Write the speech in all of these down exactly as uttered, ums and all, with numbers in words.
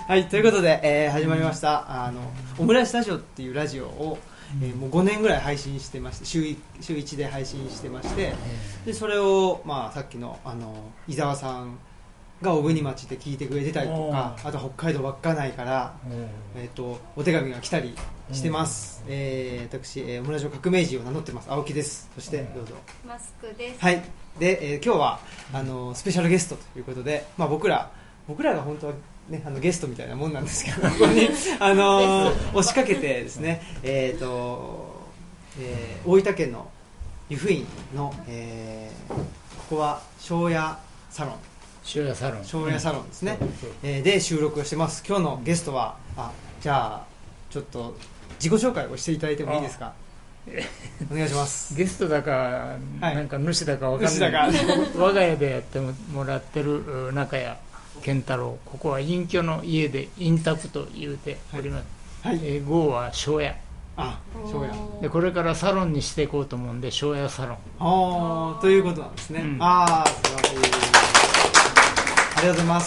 はい、ということで、えー、始まりましたあのオムライスラジオっていうラジオを、えー、もうごねんぐらい配信してまして、週いちで配信してまして、でそれを、まあ、さっきの、あの伊沢さんが小国町で聞いてくれてたりとか、あと北海道稚内から、えー、とお手紙が来たりしてます。えー、私、えー、オムラジオ革命児を名乗ってます青木です。そしてどうぞ。 マスクです。 はい。で、えー、今日はあのスペシャルゲストということで、まあ、僕ら僕らが本当はね、あのゲストみたいなもんなんですけど、ここに、あのー、押しかけてですね、えーとえー、大分県の湯布院の、えー、ここは庄屋サロン庄屋サロン庄屋サロンですね、うん、えー、で収録をしてます。今日のゲストは、あ、じゃあちょっと自己紹介をしていただいてもいいですか。お願いします。 ゲストだか、はい、なんか主だか分かんない。我が家でやってもらってる中谷健太郎、ここは隠居の家で隠宅と言うております。はい、えー、郷は庄屋。 あ、庄屋でこれからサロンにしていこうと思うんで庄屋サロン。 ああ、ということなんですね。うん、ああ、素晴らしい。ありがとうございます。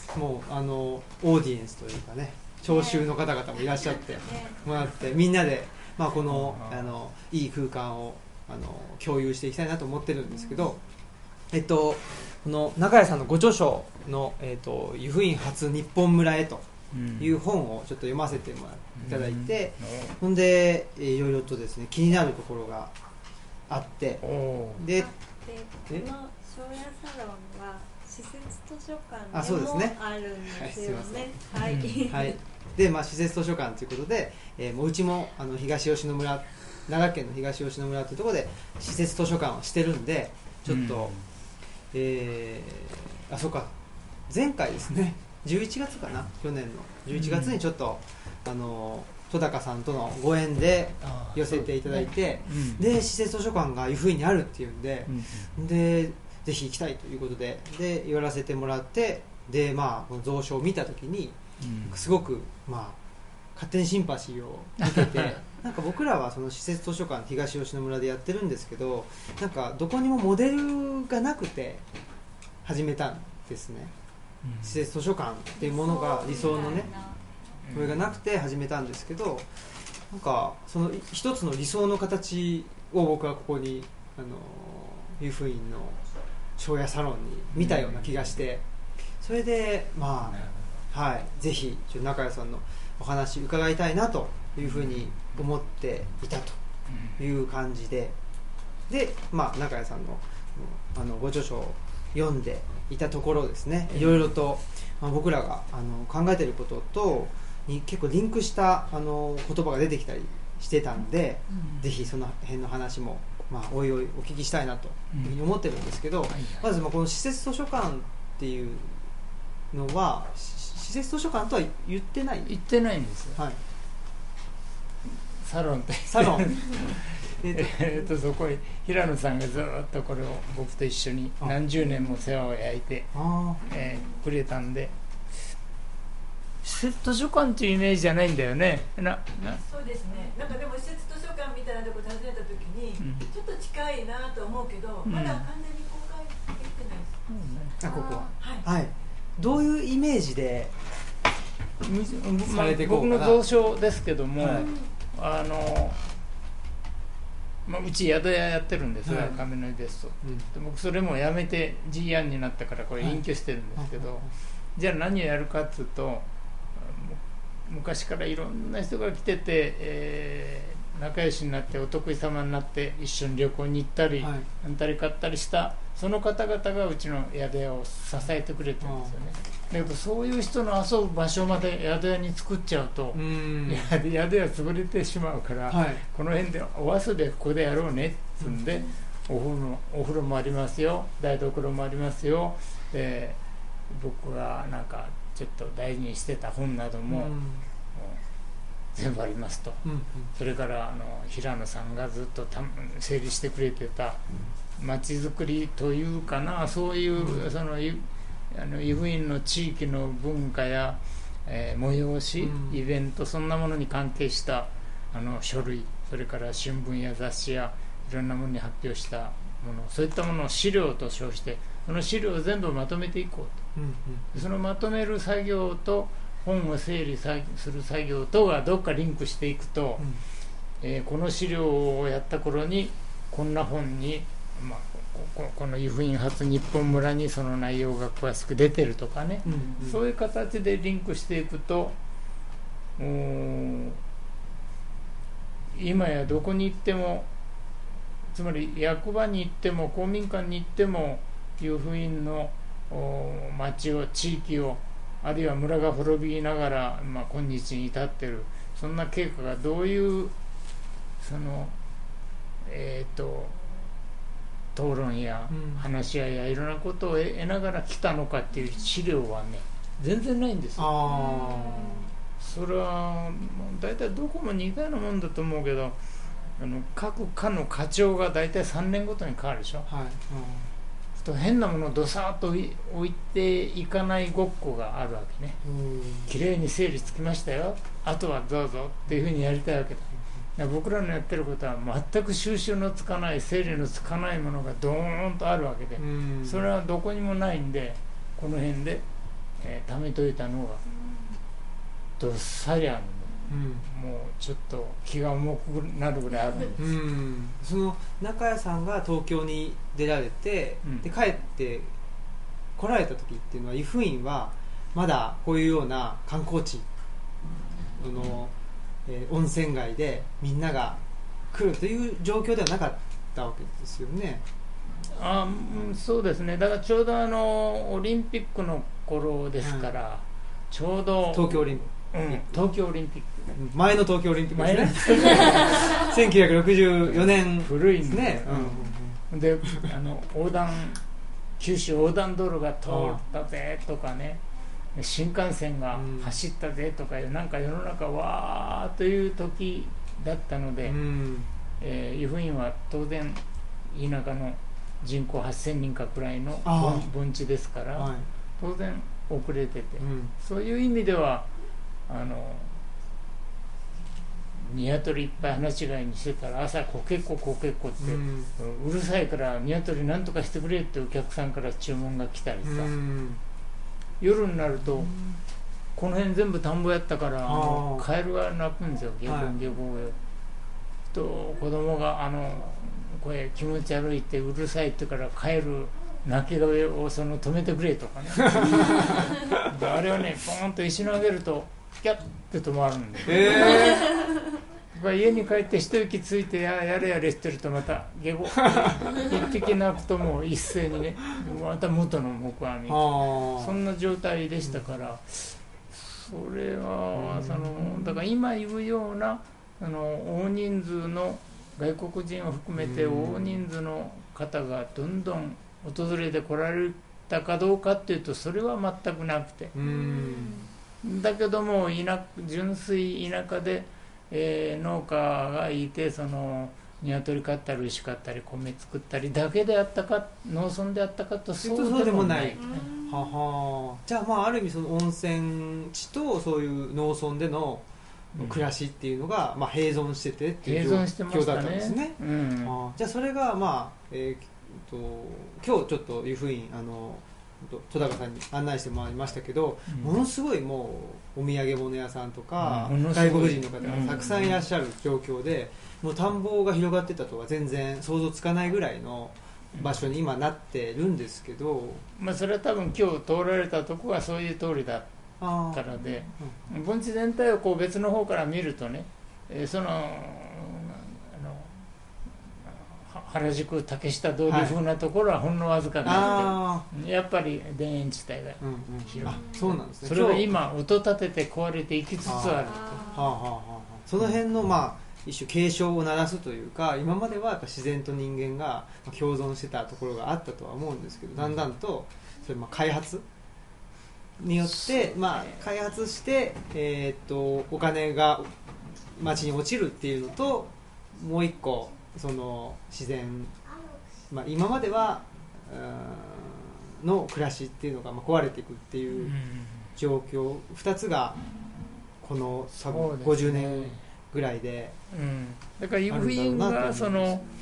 もうあのオーディエンスというかね、聴衆の方々もいらっしゃってもらって、みんなで、まあ、このあのいい空間をあの共有していきたいなと思ってるんですけど、えっとこの中谷さんのご著書の、えー、と湯布院発日本村へという本をちょっと読ませてもらいただいて、うん、ほんで、えー、いろいろとですね気になるところがあって、でこの庄屋サロンは施設図書館でもあるんですよね。はい、 はい、で、まあ、施設図書館ということで、えー、もううちもあの東吉野村、奈良県の東吉野村というところで施設図書館をしてるんで、ちょっと、うん、えー、あ、そうか、前回ですね、じゅういちがつかな、去年のじゅういちがつにちょっと、うん、あの戸高さんとのご縁で寄せていただいて、うん、で施設図書館が湯布院にあるっていうんで、うん、でぜひ行きたいということで、で寄らせてもらって、で、まあ、この蔵書を見たときに、うん、すごく、まあ、勝手にシンパシーを受けてなんか僕らはその施設図書館東吉野村でやってるんですけど、なんかどこにもモデルがなくて始めたんですね、うん、施設図書館っていうものが理想のね、それがなくて始めたんですけど、なんかその一つの理想の形を僕はここにあの湯布院の庄屋サロンに見たような気がして、それでまあ、はい、ぜひちょっと中谷さんのお話伺いたいなというふうに思っていたという感じで、で、まあ、中谷さんの、あのご著書を読んでいたところですね、いろいろと、まあ、僕らがあの考えていることとに結構リンクしたあの言葉が出てきたりしてたので、うん、ぜひその辺の話も、まあ、おいおいお聞きしたいなというふうに思ってるんですけど、うん、まずまあこの施設図書館っていうのは施設図書館とは言ってない言ってないんですよ、はい、サロンってサロンえっとそこへ平野さんがずっとこれを僕と一緒に何十年も世話を焼いて、えー、くれたんで、施設図書館っていうイメージじゃないんだよね。ななそうですね。なんかでも施設図書館みたいなところ訪ねた時に、うん、ちょっと近いなと思うけど、うん、まだ完全に公開できてないです、うんね、 あ、ここは、はい、はい、どういうイメージでされていこうかな。 僕の蔵書ですけども、はい、あのまあ、うち宿屋やってるんですが、はい、亀の井ですと、うん、で僕それもやめて ジーワン になったからこれ隠居してるんですけど、はい、じゃあ何をやるかっていうと、昔からいろんな人が来てて、えー、仲良しになってお得意様になって一緒に旅行に行ったり、はい、あんたり買ったりしたその方々がうちの宿屋を支えてくれてるんですよね。だけどそういう人の遊ぶ場所まで宿屋に作っちゃうと、うん、宿屋潰れてしまうから、はい、この辺でお遊びはここでやろうねっつうんで、うん、お風呂、お風呂もありますよ、台所もありますよ、えー、僕がなんかちょっと大事にしてた本なども、うん、全部ありますと、うんうん、それからあの平野さんがずっとた整理してくれてたまちづくりというかな、そういう、うん、そのあの湯布院の地域の文化や、えー、催し、うん、イベント、そんなものに関係したあの書類、それから新聞や雑誌やいろんなものに発表したもの、そういったものを資料と称してその資料を全部まとめていこうと、うんうん、そのまとめる作業と本を整理する作業とがどっかリンクしていくと、うんえー、この資料をやった頃にこんな本に、まあ、こ, この湯布院発日本村にその内容が詳しく出てるとかね、うんうん、そういう形でリンクしていくと今やどこに行ってもつまり役場に行っても公民館に行っても湯布院の町を地域をあるいは村が滅びながら、まあ、今日に至っているそんな経過がどういうそのえっ、ー、と討論や話し合いやいろんなことを得ながら来たのかっていう資料はね全然ないんですよ。あそれは大体どこも似たようなもんだと思うけどあの各課の課長が大体さんねんごとに変わるでしょ、はいうんと変なものをどさっと置いていかないごっこがあるわけね。きれいに整理つきましたよあとはどうぞっていうふうにやりたいわけだ。だから僕らのやってることは全く収集のつかない整理のつかないものがドーンとあるわけでそれはどこにもないんでこの辺で、えー、貯めといたのがどっさりあるの。うん、もうちょっと気が重くなるぐらいあるんです、うん、 その中谷さんが東京に出られて、うん、で帰って来られた時っていうのは湯布院はまだこういうような観光地の、えー、温泉街でみんなが来るという状況ではなかったわけですよね。 あ、うん、そうですね。だからちょうどあのオリンピックの頃ですから、はい、ちょうど東京オリンピックうん、東京オリンピック前の東京オリンピックですねせんきゅうひゃくろくじゅうよねん古いんですね、うん、であの横断九州横断道路が通ったぜとかね新幹線が走ったぜとかいう、うん、なんか世の中わーという時だったので、うんえー、湯布院は当然田舎の人口はっせんにんかくらいの盆地ですから、はい、当然遅れてて、うん、そういう意味ではあの鶏いっぱい放し飼いにしてたら朝こけっここけっこって、うん、うるさいから鶏なんとかしてくれってお客さんから注文が来たりさ、うん、夜になると、うん、この辺全部田んぼやったからカエルが鳴くんですよ下校下校へと子供があのこれ気持ち悪いってうるさいってからカエル泣き声をその止めてくれとかねあれをねポーンと石の上げるとキャッて止まるんで、えー、家に帰って一息ついて や, やれやれしてるとまたゲゴ一匹鳴くともう一斉にねまた元の木阿弥そんな状態でしたから、それはそのだから今言うようなあの大人数の外国人を含めて大人数の方がどんどん訪れてこられたかどうかっていうとそれは全くなくて、うんだけども田純粋田舎で、えー、農家がいてその鶏飼ったり牛飼ったり米作ったりだけであったか農村であったかとそうでもない、 うん、ははじゃあまあある意味その温泉地とそういう農村での暮らしっていうのが、うんまあ、並存しててっていう状況だったんですね、うん、じゃあそれがまあ、えー、と今日ちょっと湯布院あの戸高さんに案内してもらいましたけど、うん、ものすごいもうお土産物屋さんとか、うん、外国人の方がたくさんいらっしゃる状況で、うん、もう田んぼが広がってたとは全然想像つかないぐらいの場所に今なってるんですけど、 まあ、それは多分今日通られたとこはそういう通りだからで、うん、盆地全体をこう別の方から見るとね、えー、その原宿竹下通り風なところはほんのわずかであって、やっぱり田園地帯が広い、うんうん、そうなんですね。それが今音立てて壊れていきつつあると、はあはあはあ、 その辺のまあ一種警鐘を鳴らすというか今まではやっぱ自然と人間が共存してたところがあったとは思うんですけど、だんだんとそれまあ開発によって、まあ、開発して、えー、っとお金が町に落ちるっていうのともう一個その自然、まあ、今まではの暮らしっていうのがまあ壊れていくっていう状況、ふたつがこの多分ごじゅうねんぐらいで、 うん、だから湯布院がその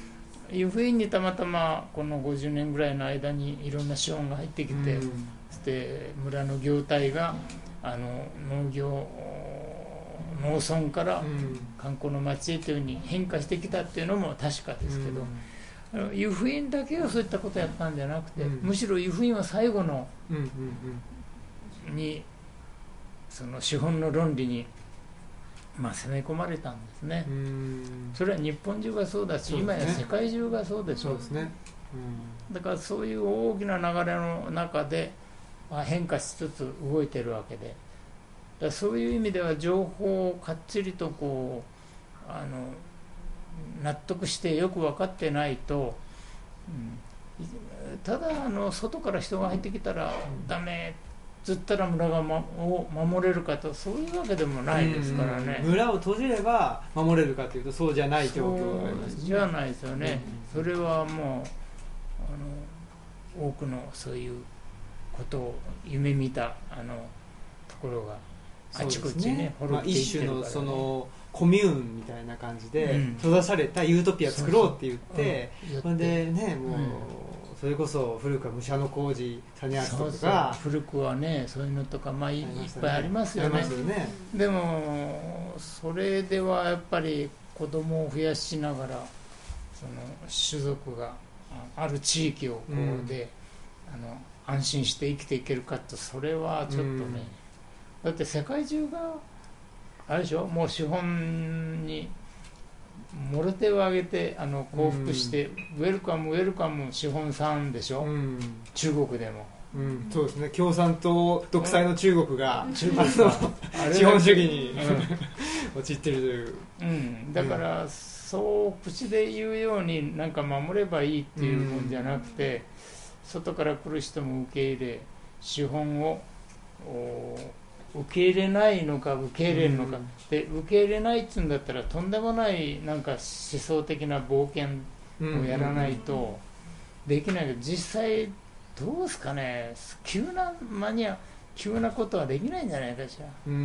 いうふうにたまたまこのごじゅうねんぐらいの間にいろんな資本が入ってきて、うん、で村の業態があの農業農村から観光の町へというふうに変化してきたっていうのも確かですけど、うん、湯布院だけがそういったことをやったんじゃなくて、うん、むしろ湯布院は最後の、うんうんうん、にその資本の論理にまあ、攻め込まれたんですね。それは日本中がそうだし、今や世界中がそうでしょう。そうですね。うん、だからそういう大きな流れの中で、まあ、変化しつつ動いてるわけで、だからそういう意味では情報をかっちりとこうあの納得してよく分かってないと、うん、ただあの外から人が入ってきたらダメつったら村が、ま、を守れるかとそういうわけでもないですからね。 村を閉じれば守れるかというとそうじゃない状況がありますね。 じゃないですよね、うん、それはもうあの多くのそういうことを夢見たあのところがあちこちね滅びていってるからね、まあ、一種のそのコミューンみたいな感じで閉ざされたユートピア作ろうって言って、それでねもう、うん、それこそ古くは武者小路谷厚とか、そうそう古くはねそういうのとか、まあ、い, いっぱいありますよ ね, よねでもそれではやっぱり子供を増やしながらその種族がある地域をこうで、うん、あの安心して生きていけるかとそれはちょっとね、うん、だって世界中があれでしょもう資本にもろ手を挙げてあの降伏して、うん、ウェルカムウェルカム資本さんでしょ、うん、中国でも、 うん、そうですね共産党独裁の中国が、うん、中国が資本主義に、うん、陥ってるという、 うん、だから、うん、そう口で言うようになんか守ればいいっていうもんじゃなくて、うん、外から来る人も受け入れ資本を受け入れないのか受け入れるのか、うん、で受け入れないっていうんだったらとんでもないなんか思想的な冒険をやらないとできないけど実際どうですかね急なマニア急なことはできないんじゃないかしら、うん、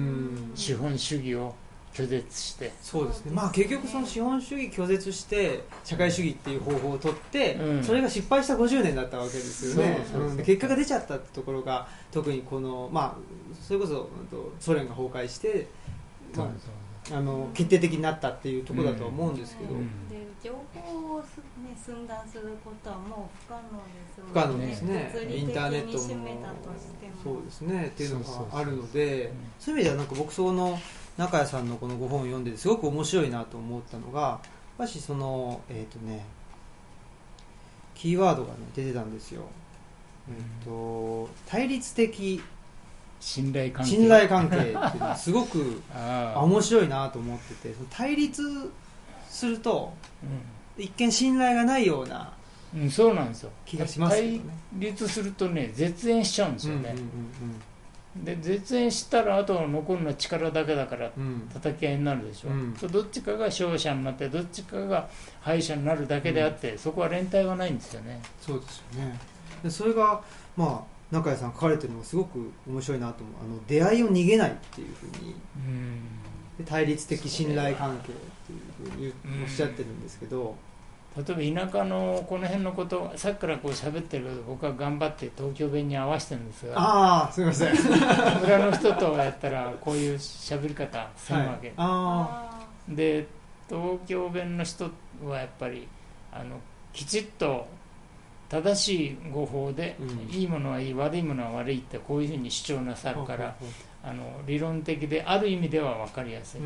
資本主義を拒絶してそうですね、まあ、結局その資本主義拒絶して社会主義っていう方法を取って、うん、それが失敗したごじゅうねんだったわけですよね。そうそうそう、うん、結果が出ちゃったってところが特にこの、まあ、それこそソ連が崩壊して、まあ、あの決定的になったっていうところだと思うんですけど、うんうん、 で情報を、ね、寸断することはもう不可能ですよね。 不可能ですね。インターネットもそうですねっていうのがあるので、そういう意味ではなんか僕その中谷さんのこのご本を読んですごく面白いなと思ったのがやっぱしそのえっ、ー、とねキーワードが、ね、出てたんですよ、えー、と対立的信頼関係信頼関係っていうのはすごくあ面白いなと思ってて対立すると、うん、一見信頼がないようなうん、そうなんですよ気がしますけどね。 対立するとね絶縁しちゃうんですよね、うんうんうんうん、で絶縁したらあと残るのは力だけだから叩き合いになるでしょ、うん、どっちかが勝者になってどっちかが敗者になるだけであって、うん、そこは連帯はないんですよね。 そうですよね。でそれがまあ中谷さん書かれてるのがすごく面白いなと思う。あの出会いを逃げないっていうふうに、うん、で対立的信頼関係っていうふうにおっしゃってるんですけど、 例えば田舎のこの辺のことさっきからこう喋ってるけど僕は頑張って東京弁に合わせてるんですがああすみません村の人とやったらこういう喋り方するわけ、はい、あで東京弁の人はやっぱりあのきちっと正しい語法で、うん、いいものはいい悪いものは悪いってこういうふうに主張なさるから、うん、あの理論的である意味では分かりやすい、うん、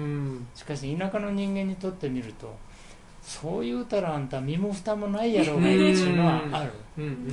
しかし田舎の人間にとってみるとそう言うたらあんた身も蓋もないやろうがっていうのはある、うんうんうんうん、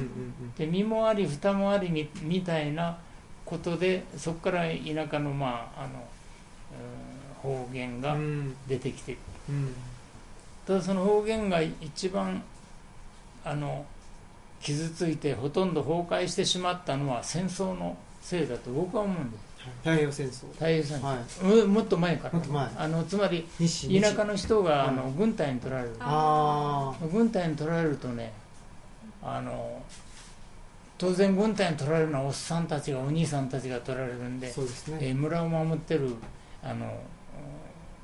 で身もあり蓋もあり み, みたいなことでそこから田舎の,、まあ、あの方言が出てきている、うん、ただその方言が一番あの傷ついてほとんど崩壊してしまったのは戦争のせいだと僕は思うんです。 太平洋戦争、 太平洋戦争、はい、もっと前から前あのつまり田舎の人があの軍隊に取られる、あ軍隊に取られるとねあの当然軍隊に取られるのはおっさんたちがお兄さんたちが取られるんで、そうですね、えー、村を守ってるあの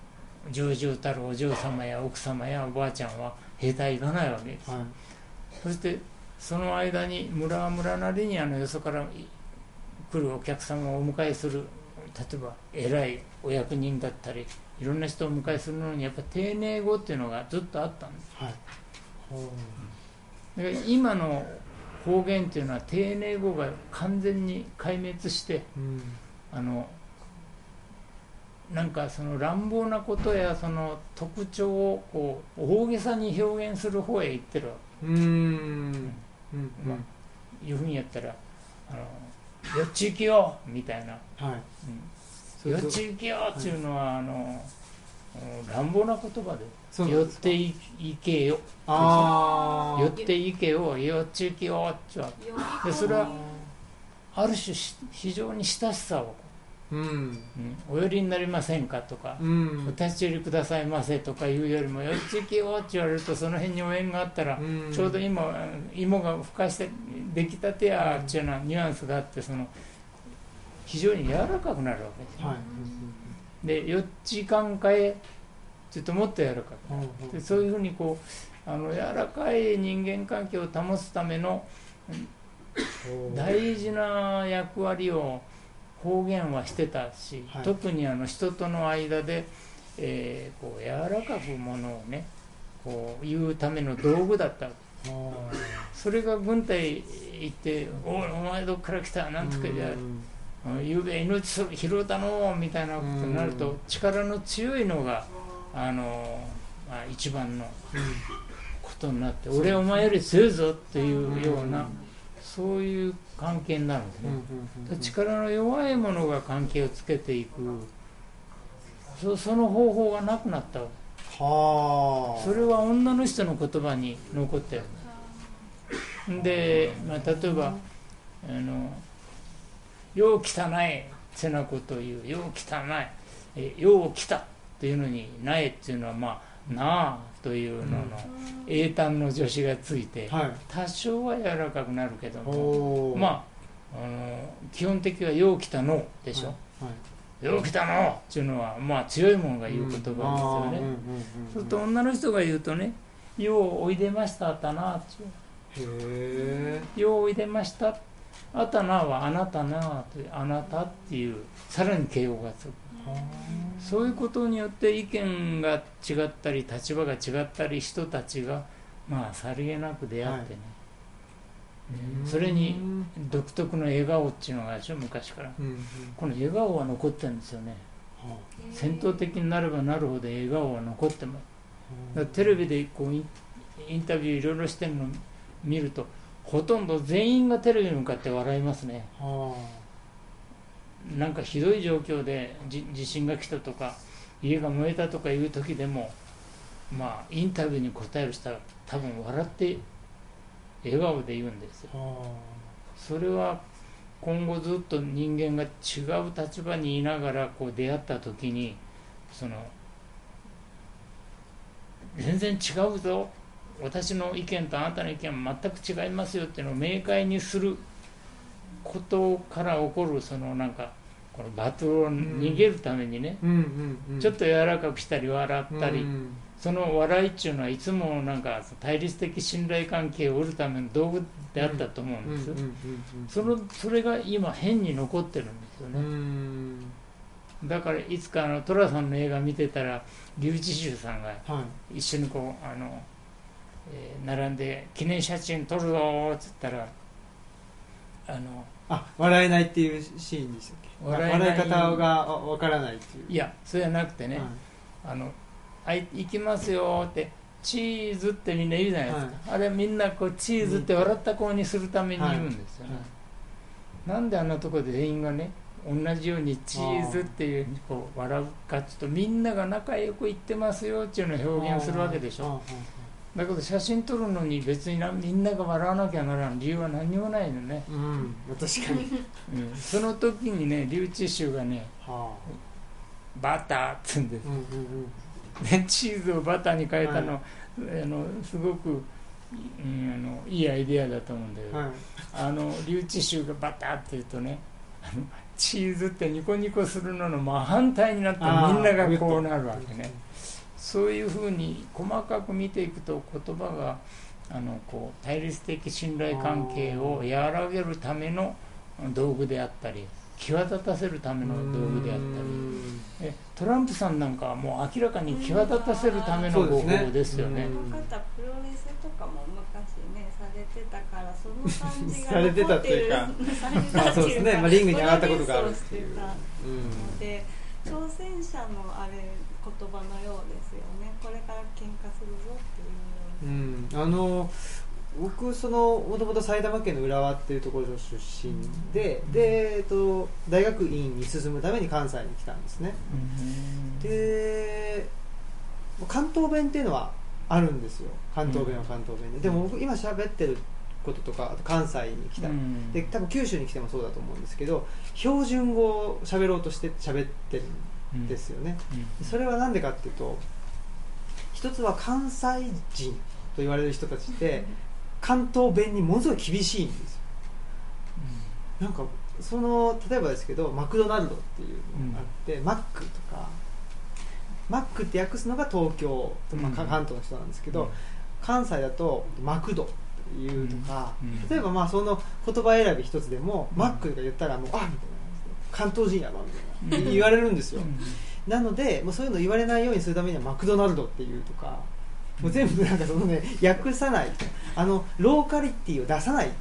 重々たるお嬢様や奥様やおばあちゃんは兵隊行かないわけです、はい、そしてその間に村は村なりにあのよそから来るお客様をお迎えする、例えば偉いお役人だったりいろんな人をお迎えするのにやっぱ丁寧語っていうのがずっとあったんです、はい、だから今の方言っていうのは丁寧語が完全に壊滅して、うん、あのなんかその乱暴なことやその特徴をこう大げさに表現する方へ行ってるわけ。うーん、うんまあ、いうふうにやったらあのよっち行きよみたいな、はいうん、よっち行きよっていうのは、はい、あの乱暴な言葉で寄っていけよあ寄っていけよよっち行きよってでそれはある種非常に親しさをうんうん、お寄りになりませんかとか、うん、お立ち寄りくださいませとかいうよりもよっちきよって言われるとその辺にお縁があったら、うん、ちょうど今芋がふかして出来たてやっていうようなニュアンスがあってその非常に柔らかくなるわけです、はい、でよっちかんかえちょっともっと柔らかくなる、うん、でそういうふうにこうあの柔らかい人間関係を保つための大事な役割を方言はしてたし、はい、特にあの人との間で、えー、こう柔らかくものをねこう言うための道具だったわけ。それが軍隊行って「おいお前どっから来た」なんとかじゃ「ゆうべ命拾うたの」みたいなことになると力の強いのがあの、まあ、一番のことになって「俺お前より強いぞ」っていうようなそういう関係になるんですね、うんうん、力の弱いものが関係をつけていく そ, その方法がなくなったわけはそれは女の人の言葉に残ってるで、まあ、例えばあのよう汚いってなことを言うよう汚いえよう来たっていうのにないっていうのはまあなあというのの英単の助詞がついて、はい、多少は柔らかくなるけどもまあ、あの基本的にはよう来たのでしょ、はいはい、よう来たのっていうのはまあ強いものが言う言葉ですよね、うん、そうすると女の人が言うとねようおいでましたあたなってへようおいでましたあたなはあなたなというあなたっていうさらに敬語がつくそういうことによって意見が違ったり立場が違ったり人たちがまあさりげなく出会ってね、はい、それに独特の笑顔っていうのがあるでしょ昔から、うんうん、この笑顔は残ってるんですよね、うん、戦闘的になればなるほど笑顔は残ってます、うん、だからテレビでこうインタビューいろいろしてるのを見るとほとんど全員がテレビに向かって笑いますね、うんなんかひどい状況で地震が来たとか家が燃えたとかいう時でもまあインタビューに答える人は多分笑って笑顔で言うんですよそれは今後ずっと人間が違う立場にいながらこう出会った時にその全然違うぞ私の意見とあなたの意見は全く違いますよっていうのを明快にすることから起こるそのなんかこのバトルを逃げるためにね、うんうんうんうん、ちょっと柔らかくしたり笑ったり、うん、その笑いっていうのはいつもなんか対立的信頼関係を得るための道具であったと思うんです、うんうんうんうん、そのそれが今変に残ってるんですよね、うん、だからいつかあの寅さんの映画見てたら笠智衆さんが一緒にこうあの、えー、並んで記念写真撮るぞって言ったらあのあ笑えないっていうシーンでしたっけ笑, 笑い方がわからないっていういやそれじゃなくてね、はい、あのあい行きますよってチーズってみんな言うじゃないですか、はい、あれみんなこうチーズって笑った顔にするために言うんですよね、はいはい、なんであんなところで全員がね同じようにチーズっていうこう笑うかっていうとみんなが仲良く言ってますよっていうのを表現するわけでしょだけど写真撮るのに別になみんなが笑わなきゃならん理由は何にもないのね、 うん、確かに、 うん、その時にね笠智衆がね、はあ、バターって言うんです、うんうんうん、でチーズをバターに変えたの、はい、あのすごく、うん、あのいいアイデアだと思うんだけど、はい、あの笠智衆がバターって言うとねあのチーズってニコニコするのの真反対になってみんながこうなるわけね。そういうふうに細かく見ていくと言葉があのこう対立的信頼関係を和らげるための道具であったり際立たせるための道具であったり、えトランプさんなんかはもう明らかに際立たせるための方法ですよね。 この方プロレスとかも昔ねされてたからその感じがされてたっていうかあそうですね、まあ、リングに上がったことがあるっていうので、挑戦者のあれ言葉のようですよね。これから喧嘩するぞっていうような、 うん、あの僕そのもともと埼玉県の浦和っていうところの出身で、で、えっと、大学院に進むために関西に来たんですね。で関東弁っていうのはあるんですよ。関東弁は関東弁で、でも僕今喋ってることとかあと関西に来た、で多分九州に来てもそうだと思うんですけど標準語を喋ろうとして喋ってるんですよね。それはなんでかっていうと一つは関西人と言われる人たちって関東弁にものすごい厳しいんですよ、うん、なんかその例えばですけどマクドナルドっていうのがあって、うん、マックとかマックって訳すのが東京とか、まあ、関東の人なんですけど、うん、関西だとマクドっていうとか、うん、例えばまあその言葉選び一つでも、うん、マックが言ったらもうあみたいな関東人やろみたいな言われるんですよ、うん、なのでもうそういうの言われないようにするためにはマクドナルドっていうとかもう全部なんかそのね訳さないあのローカリティを出さない、うん、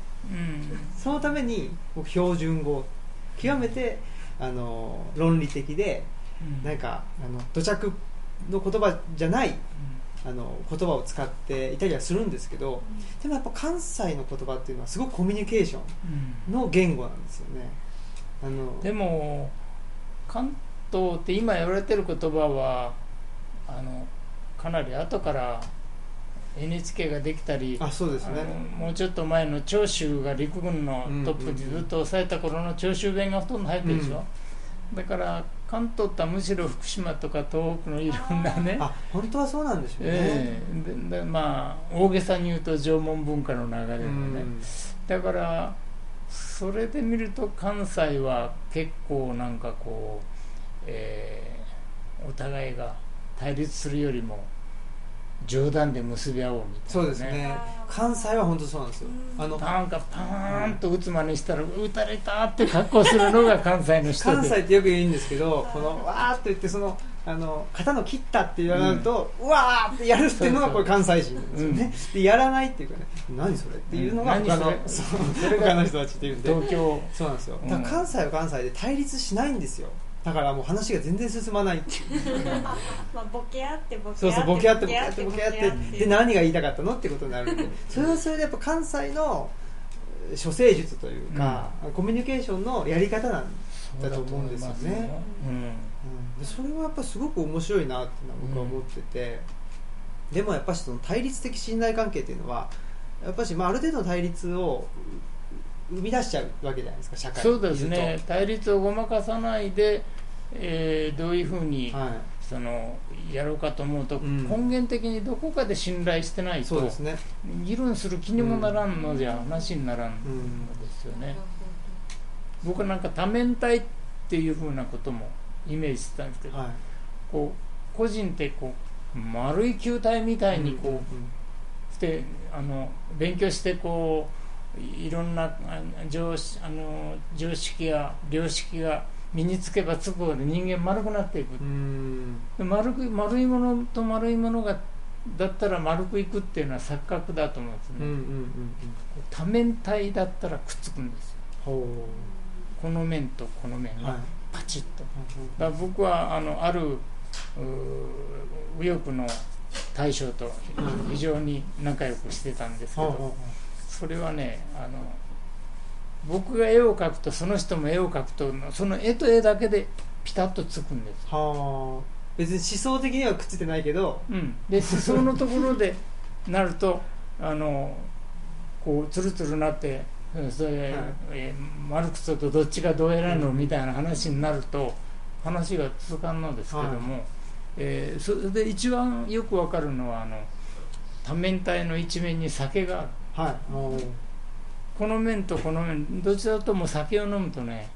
そのために僕標準語極めてあの論理的で、うん、なんかあの土着の言葉じゃない、うん、あの言葉を使っていたりはするんですけど、うん、でもやっぱ関西の言葉っていうのはすごくコミュニケーションの言語なんですよね。あのでも関東って今言われてる言葉はあのかなり後から エヌエイチケー ができたりあそうですね、 もうちょっと前の長州が陸軍のトップでずっと抑えた頃の長州弁がほとんど入ってるでしょ、うん、だから関東ってむしろ福島とか東北のいろんなねあ本当はそうなんでしょうね、えー、ででまあ大げさに言うと縄文文化の流れでね、うん、だからそれで見ると関西は結構なんかこう、えー、お互いが対立するよりも冗談で結び合おうみたいな、ね、 そうですね。関西は本当そうなんですよ。あのなんかパーンと打つ真似したら打たれたって格好するのが関西の人で関西ってよく言うんですけどこのわーっと言ってそのあの肩の切ったって言われると、うん、うわーってやるっていうのがこれ関西人なんですよね、うん、でやらないっていうかね何それっていうのが他の、うん、そそれ他の人たちっていうんで東京そうなんですよ。だから関西は関西で対立しないんですよ。だからもう話が全然進まないっていうまあボケあってボケあってそうそうボケあってボケあってボケあってで何が言いたかったのってことになるんでそれはそれでやっぱ関西の処世術というか、うん、コミュニケーションのやり方なんだと思うんですよね。うんうん、でそれはやっぱすごく面白いなって僕は思ってて、うん、でもやっぱりその対立的信頼関係っていうのはやっぱり、まあ、ある程度の対立を生み出しちゃうわけじゃないですか社会そうですね。対立をごまかさないで、えー、どういうふうに、はい、そのやろうかと思うと、うん、根源的にどこかで信頼してないとそうですね、 議論する気にもならんのじゃ話にならんのですよね、うん、僕なんか多面体っていうふうなこともイメージしてたんですけど、はい、こう個人ってこう丸い球体みたいにこう、うんうんうん、してあの勉強してこういろんな常あの常識や良識が身につけばつくほど人間丸くなっていく。うん丸く丸いものと丸いものがだったら丸くいくっていうのは錯覚だと思うんですね、うんうんうんうん、多面体だったらくっつくんですよ。ほうこの面とこの面がパチッと、はい、だから僕はあのある右翼の大将と非常に仲良くしてたんですけど、うんそれはねあの僕が絵を描くとその人も絵を描くとその絵と絵だけでピタッとつくんです。は別に思想的にはくっついてないけど、 うん、で思想のところでなるとあのこうツルツルなってそれ、はいえー、マルクスとどっちがどうやらんのみたいな話になると話が続かんのですけども、はいえー、それで一番よくわかるのはあの多面体の一面に酒がある。はい、この面とこの面どちらとも酒を飲むとね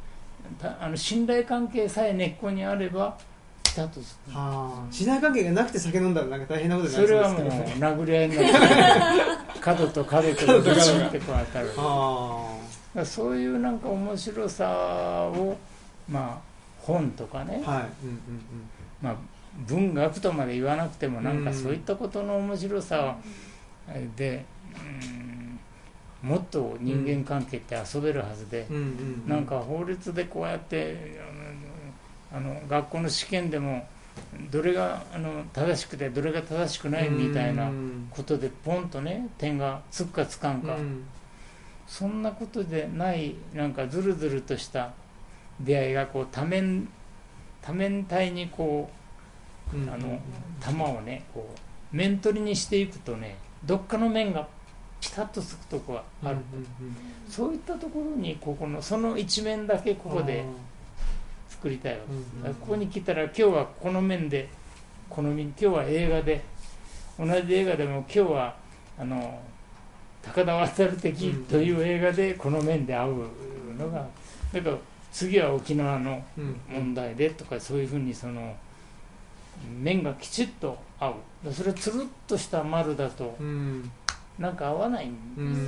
あの信頼関係さえ根っこにあればピタッとつく。 はあ、信頼関係がなくて酒飲んだらなんか大変なことになりそそうですれはもうけどね。 殴り合いになって角と角とブチってこう当たる。だかはらそういうなんか面白さをまあ本とかね、 あ、はい、うんうんまあ、文学とまで言わなくてもなんかそういったことの面白さで、うん、もっと人間関係って遊べるはずで、 うんうんうん、 なんか法律でこうやってあの学校の試験でもどれがあの正しくてどれが正しくないみたいなことでポンとね点がつくかつかんか、うん、そんなことでないなんかずるずるとした出会いがこう多面多面体にこう、うん、あの玉をねこう面取りにしていくとねどっかの面がピタッとつくとこがある、うんうんうん、そういったところにここのその一面だけここで作りたいわけです、うんうん、ここに来たら今日はこの面でこの面今日は映画で同じ映画でも今日はあの高田渡る的という映画でこの面で会うのがだから次は沖縄の問題でとかそういうふうにその面がきちっと合うそれつるっとした丸だとなんか合わないんですよ、うんうんうんうん、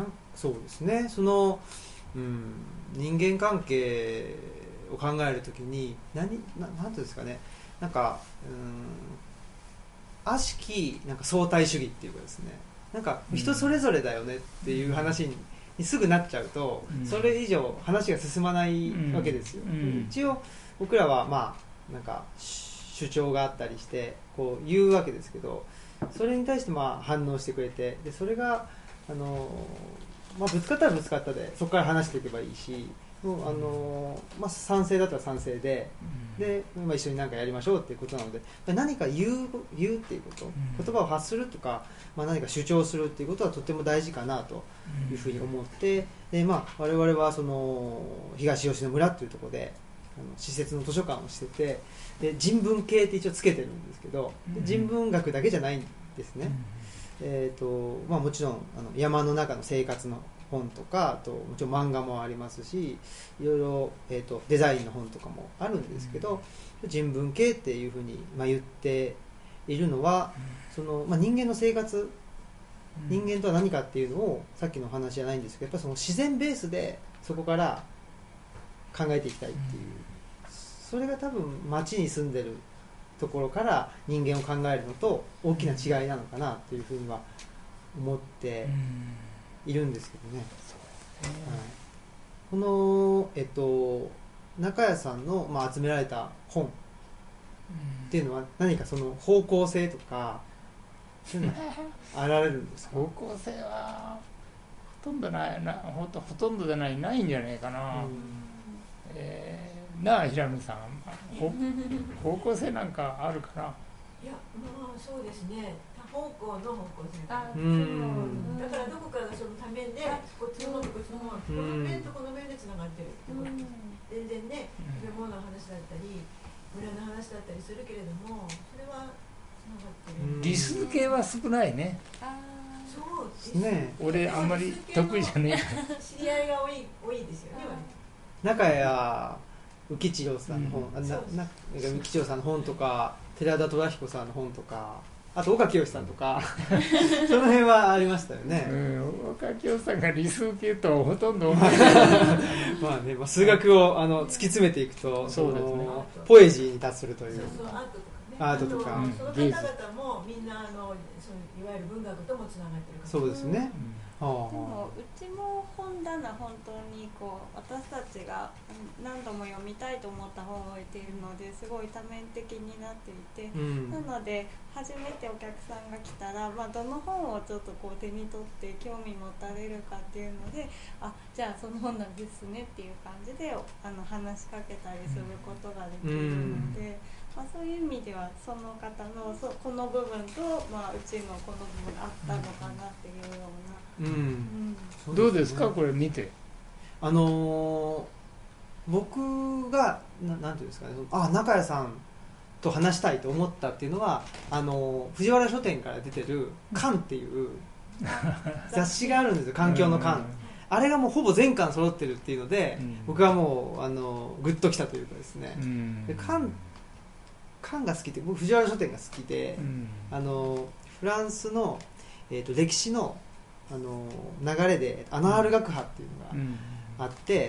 そうですねその、うん、人間関係を考えるときに何ななんていうんですかねなんか、うん、悪しきなんか相対主義っていうかですねなんか人それぞれだよねっていう話に、うんにすぐなっちゃうと、うん、それ以上話が進まないわけですよ、うん、一応僕らはまあなんか主張があったりしてこう言うわけですけどそれに対してまあ反応してくれてでそれがあの、まあ、ぶつかったらぶつかったでそこから話していけばいいしもうあの、まあ、賛成だったら賛成で、うんでまあ、一緒に何かやりましょうっていうことなので何か言う、言うっていうこと言葉を発するとか、まあ、何か主張するっていうことはとても大事かなというふうに思ってで、まあ、我々はその東吉野村というところであの施設の図書館をしててで人文系って一応つけてるんですけど人文学だけじゃないんですね、えーとまあ、もちろんあの山の中の生活の本とかあともちろん漫画もありますしいろいろ、えーと、デザインの本とかもあるんですけど、うん、人文系っていうふうに、まあ、言っているのは、うん、そのまあ、人間の生活、うん、人間とは何かっていうのをさっきの話じゃないんですけどやっぱその自然ベースでそこから考えていきたいっていう、うん、それが多分街に住んでるところから人間を考えるのと大きな違いなのかなっていうふうには思っているんですけどね、うんはい、この、えっと、中谷さんの、まあ、集められた本っていうのは何かその方向性とかそういうのあられるんですか？ 方向性はほとんどないな ほ, とほとんどでないないんじゃないかな、うんえー、なあ平野さん方向性なんかあるかな？ いやまあそうですね方向の方向性だうんだからどこかがその多面でこっちの方とこっちの方この面とこの面でつながってる全然ね食べ物の話だったり村の話だったりするけれどもそれはつながってる理数系は少ないねあそうですね俺あんまり得意じゃねえから知り合いが多い多いですよね中谷浮千代さんの本、うん、なな浮千代さんの本とか寺田虎彦さんの本とかあと岡清さんとかその辺はありましたよね、 うん、岡清さんが理数系とはほとんどまあね、まあ、数学をあの突き詰めていくとそうですねポエジーに達するというそうそうアートとか、 ね、その方々もみんなあのそのいわゆる文学ともつながってるからそうですね、 うん、はあ、でもうちも本棚本当にこう私たちが何度も読みたいと思った本を置いているのですごい多面的になっていて、うん、なので初めてお客さんが来たら、まあ、どの本をちょっとこう手に取って興味持たれるかっていうのであじゃあその本なんですねっていう感じであの話しかけたりすることができるので、うんまあ、そういう意味ではその方のそこの部分と、まあ、うちのこの部分あったのかなっていうような、 うんうん、どうですかこれ見てあのー、僕が な, なんていうんですかねあ中谷さんと話したいと思ったっていうのはあのー、藤原書店から出てる「カン」っていう雑誌があるんですよ環境のカン、うん、 あれがもうほぼ全巻揃ってるっていうので、うん、僕はもうあのグッときたというかですね、うん、で缶缶が好きで、僕藤原書店が好きで、うん、あのフランスの、えー、と歴史の、あの流れでアナール学派っていうのがあって、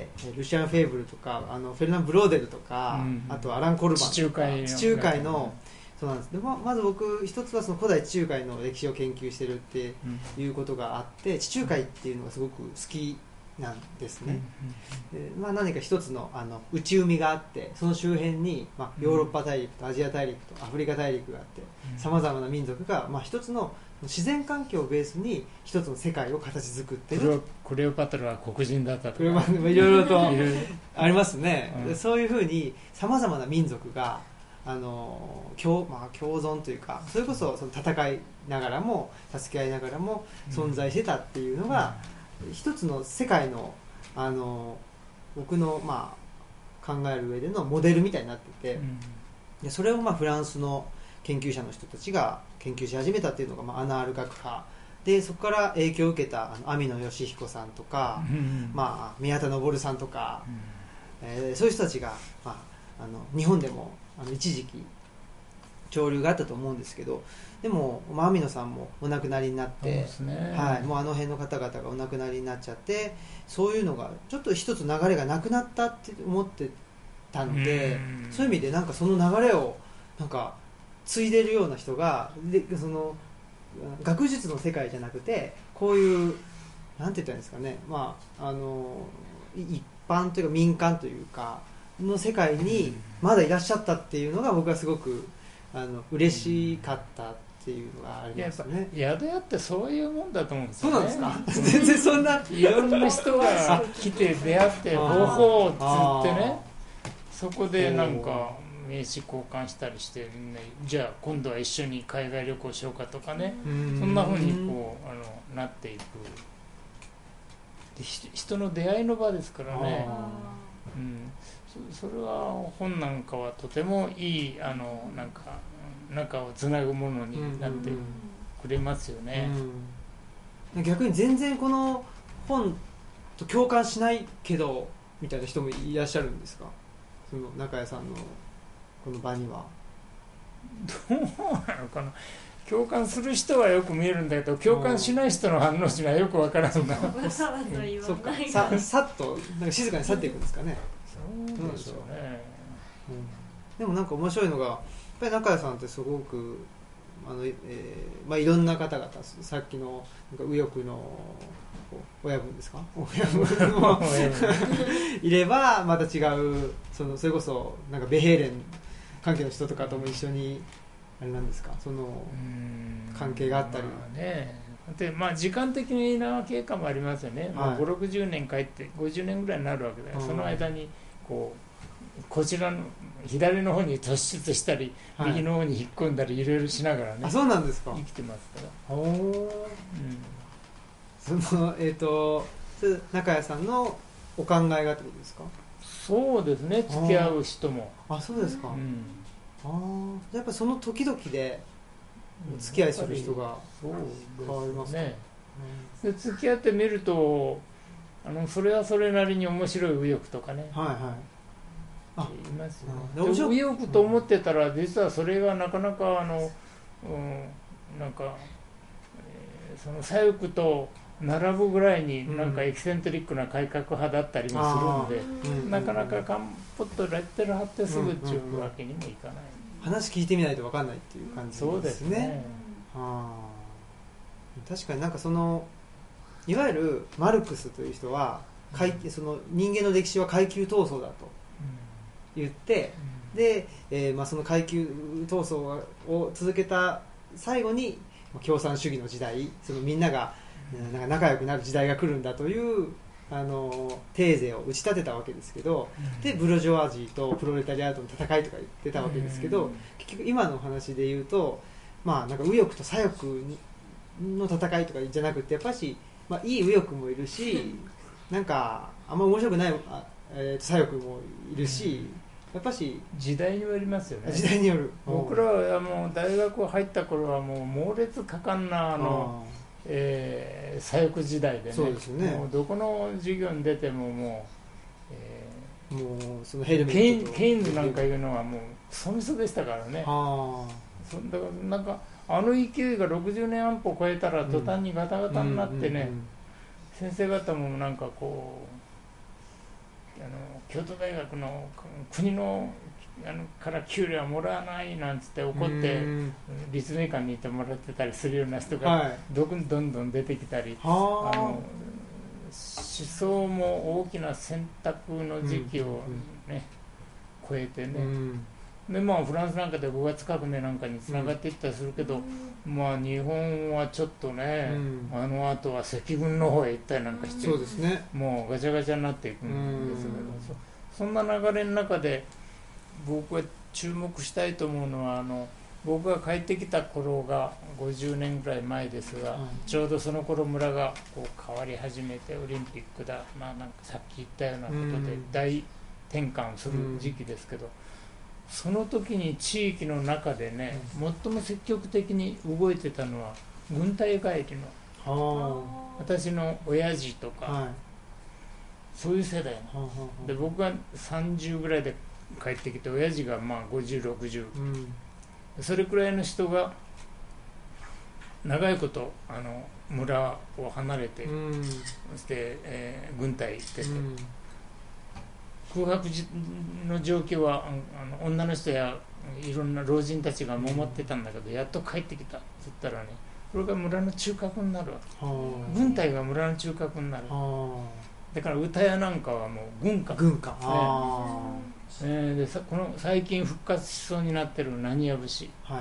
うん、ルシアン・フェーブルとかあのフェルナン・ブローデルとか、うん、あとアラン・コルバンとか地中海地中海のそうなんです。で ま, まず僕一つはその古代地中海の歴史を研究してるっていうことがあって、地中海っていうのがすごく好きなんですね、うんうんでまあ、何か一つ の, あの内海があって、その周辺に、まあ、ヨーロッパ大陸とアジア大陸とアフリカ大陸があってさまざまな民族が、まあ、一つの自然環境をベースに一つの世界を形作ってる。 クレオパトラは黒人だったとかいろいろとありますね、うん、そういうふうにさまざまな民族があの 共,、まあ、共存というか、それこそ、その戦いながらも助け合いながらも存在してたっていうのが、うん、一つの世界の、あの僕の、まあ、考える上でのモデルみたいになってて、うん、でそれを、まあ、フランスの研究者の人たちが研究し始めたっていうのが、まあ、アナール学派で、そこから影響を受けたあの網野義彦さんとか、うんまあ、宮田昇さんとか、うんえー、そういう人たちが、まあ、あの日本でもあの一時期潮流があったと思うんですけど、でも、まあ、網野さんもお亡くなりになって、ねはい、もうあの辺の方々がお亡くなりになっちゃって、そういうのがちょっと一つ流れがなくなったって思ってたんで、うんそういう意味でなんかその流れをなんか継いでるような人がで、その学術の世界じゃなくて、こういうなんて言ったらいいんですかね、まあ、あの一般というか民間というかの世界にまだいらっしゃったっていうのが、僕はすごくあの嬉しかったっていうのがありますね。 宿屋ってそういうもんだと思うんですよね。 そうなんですか全然そんないろんな人が来て出会ってほほうっつってね、そこでなんか名刺交換したりして、ね、じゃあ今度は一緒に海外旅行しようかとかね、そんな風にこうあのなっていくで、人の出会いの場ですからね、うん、そ, それは本なんかはとてもいいあのなんか仲をつなぐものになってくれますよね、うんうん、逆に全然この本と共感しないけどみたいな人もいらっしゃるんですか、その中谷さんのこの場には。 どうなのかな、共感する人はよく見えるんだけど、共感しない人の反応しないよくわからんな。 そっか、さ, さっとなんか静かに去っていくんですかね。 そうでしょうね、 うん、でもなんか面白いのが、やっぱり中谷さんってすごくあの、えーまあ、いろんな方々、さっきのなんか右翼の親分ですか、親分もいれば、また違う そ, のそれこそなんかベヘーレン関係の人とかとも一緒にあれなんですか、その関係があったり、 まあね、でまあ、時間的な経過もありますよね、はい、まあ、ごじゅうろくじゅうねん帰ってごじゅうねんぐらいになるわけだよ、その間にこうこちらの左の方に突出したり、はい、右の方に引っ込んだりいろいろしながらね、 あ、そうなんですか、 生きてますから。 おー、うん、そのえっ、ー、と中谷さんのお考えがってことですか。 そうですね、付き合う人も。 あ、そうですか、うん、あ、やっぱその時々でお付き合いする人が変わりますね、 うん、で付き合ってみると、あのそれはそれなりに面白い右翼とかね、 はいはい、 あ、いますよね。で右翼と思ってたら、実はそれがなかなかあの、うん、なんか、えー、その左翼と並ぶぐらいになんかエキセントリックな改革派だったりもするんで、うん、なかなかかんぽっとレッテル貼ってすぐっていうわけにもいかない、 うんうん、話聞いてみないと分かんないっていう感じですね。 そうですね、 あ、確かになんかそのいわゆるマルクスという人は、うん、その人間の歴史は階級闘争だと言って、うん、で、えーまあ、その階級闘争を続けた最後に共産主義の時代、そのみんながなんか仲良くなる時代が来るんだというあのテーゼを打ち立てたわけですけど、うん、でブルジョワジーとプロレタリアートの戦いとか言ってたわけですけど、うん、結局今の話で言うと、まあ、なんか右翼と左翼の戦いとかじゃなくて、やっぱし、まあ、いい右翼もいるし、なんかあんま面白くない、あ、えー、左翼もいるし、うん、やっぱし時代によりますよね。 時代による。 僕らはもう大学入った頃はもう猛烈果敢なあのえー、左翼時代でね、 そうですね、 もうどこの授業に出てももう、えー、もうそのヘルメットとケインズなんかいうのはもうクソみそでしたからね。 あそだからなんかあの勢いがろくじゅうねん安保を超えたら途端にガタガタになってね、先生方もなんかこうあの京都大学の国のあのから給料はもらわないなんつって怒って立命館にいてもらってたりするような人がどんどんどん出てきたり、はい、あの思想も大きな選択の時期をね、超えてね、でまあフランスなんかでごがつ革命なんかにつながっていったりするけど、うん、まあ日本はちょっとね、うん、あの後は赤軍の方へ行ったりなんかして、 そうですね、 もうガチャガチャになっていくんですけど、うん、そ, そんな流れの中で僕が注目したいと思うのはあの僕が帰ってきた頃がごじゅうねんぐらい前ですが、うん、ちょうどその頃村がこう変わり始めてオリンピックだ、まあ、なんかさっき言ったようなことで大転換する時期ですけど、その時に地域の中でね、うん、最も積極的に動いてたのは軍隊帰りの私の親父とか、はい、そういう世代ので僕がさんじゅうぐらいで帰ってきて親父がまあごじゅう、ろくじゅう、うん、それくらいの人が長いことあの村を離れて、うん、そして、えー、軍隊行ってて、うん空白の状況はあの女の人やいろんな老人たちが守ってたんだけど、うん、やっと帰ってきたって言ったらね、これが村の中核になるわけ、軍隊が村の中核になる、だから歌屋なんかはもう軍歌、 軍歌、 えー、でさこの最近復活しそうになってる浪屋節、はい、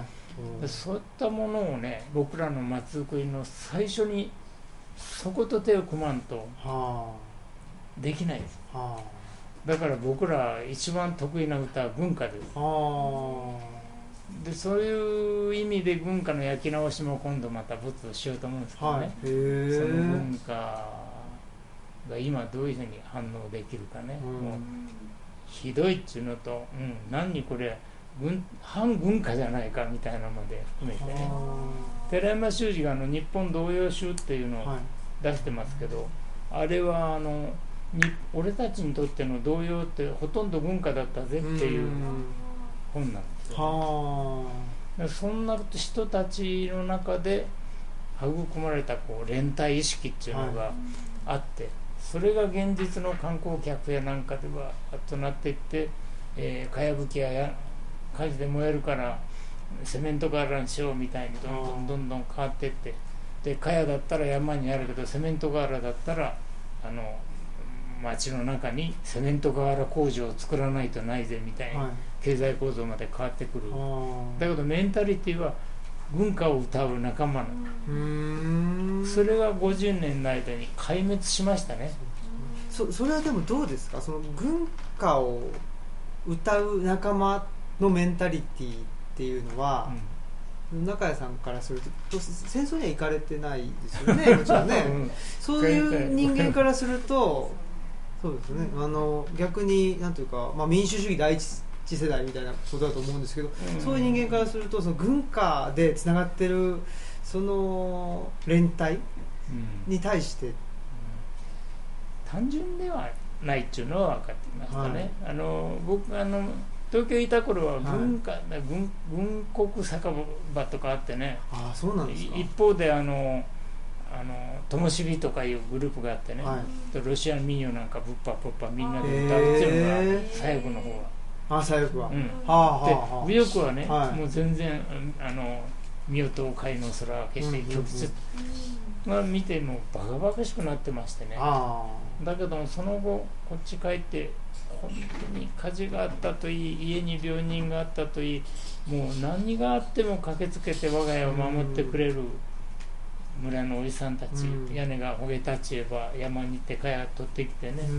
そういったものをね僕らの松福井の最初にそこと手を組まんとできないです。だから僕ら一番得意な歌は軍歌です。あでそういう意味で軍歌の焼き直しも今度また没しようと思うんですけどね、はい、その軍歌が今どういうふうに反応できるかね、うん、もうひどいっていうのと、うん、何これ軍反軍歌じゃないかみたいなのまで含めてね、寺山修司があの日本童謡集っていうのを出してますけど、はい、あれはあのに俺たちにとっての童謡ってほとんど軍歌だったぜっていう本なんですよ、ね、はそんな人たちの中で育まれたこう連帯意識っていうのがあって、はい、それが現実の観光客やなんかではとなっていって、えー、かやぶきや火事で燃えるからセメント瓦にしようみたいにどんどんどんどん変わっていって、でかやだったら山にあるけどセメント瓦だったらあの町の中にセメント瓦工場を作らないとないぜみたいな経済構造まで変わってくる、はい、だけどメンタリティは軍歌を歌う仲間なの。うーん、それがごじゅうねんの間に壊滅しましたね。 そ, それはでもどうですか、その軍歌を歌う仲間のメンタリティっていうのは、うん、中谷さんからすると戦争には行かれてないですよねもちろんね、うん、そういう人間からするとそうですね、あの逆になんていうか、まあ、民主主義第一世代みたいなことだと思うんですけど、うん、そういう人間からするとその軍歌でつながってるその連帯に対して、うんうん、 単純ではないっていうのは分かってきましたね、はい、あの僕あの東京にいた頃は軍歌、はい、軍, 軍国酒場とかあってね、 ああそうなんですか。 一方であのあの灯火とかいうグループがあってね、はい、ロシア民謡なんかブッパプッパみんなで歌うっていうのが最後の方は、 あ最後は、 うん、はあはあはあ、で右翼はね、はい、もう全然あの御代海の空を決して曲折が見てもバカバカしくなってましてね、あだけどもその後こっち帰って本当に火事があったといい家に病人があったといいもう何があっても駆けつけて我が家を守ってくれる村のおじさんたち、うん、屋根が焦げ立ちれば山に行ってかや取ってきてね、うん、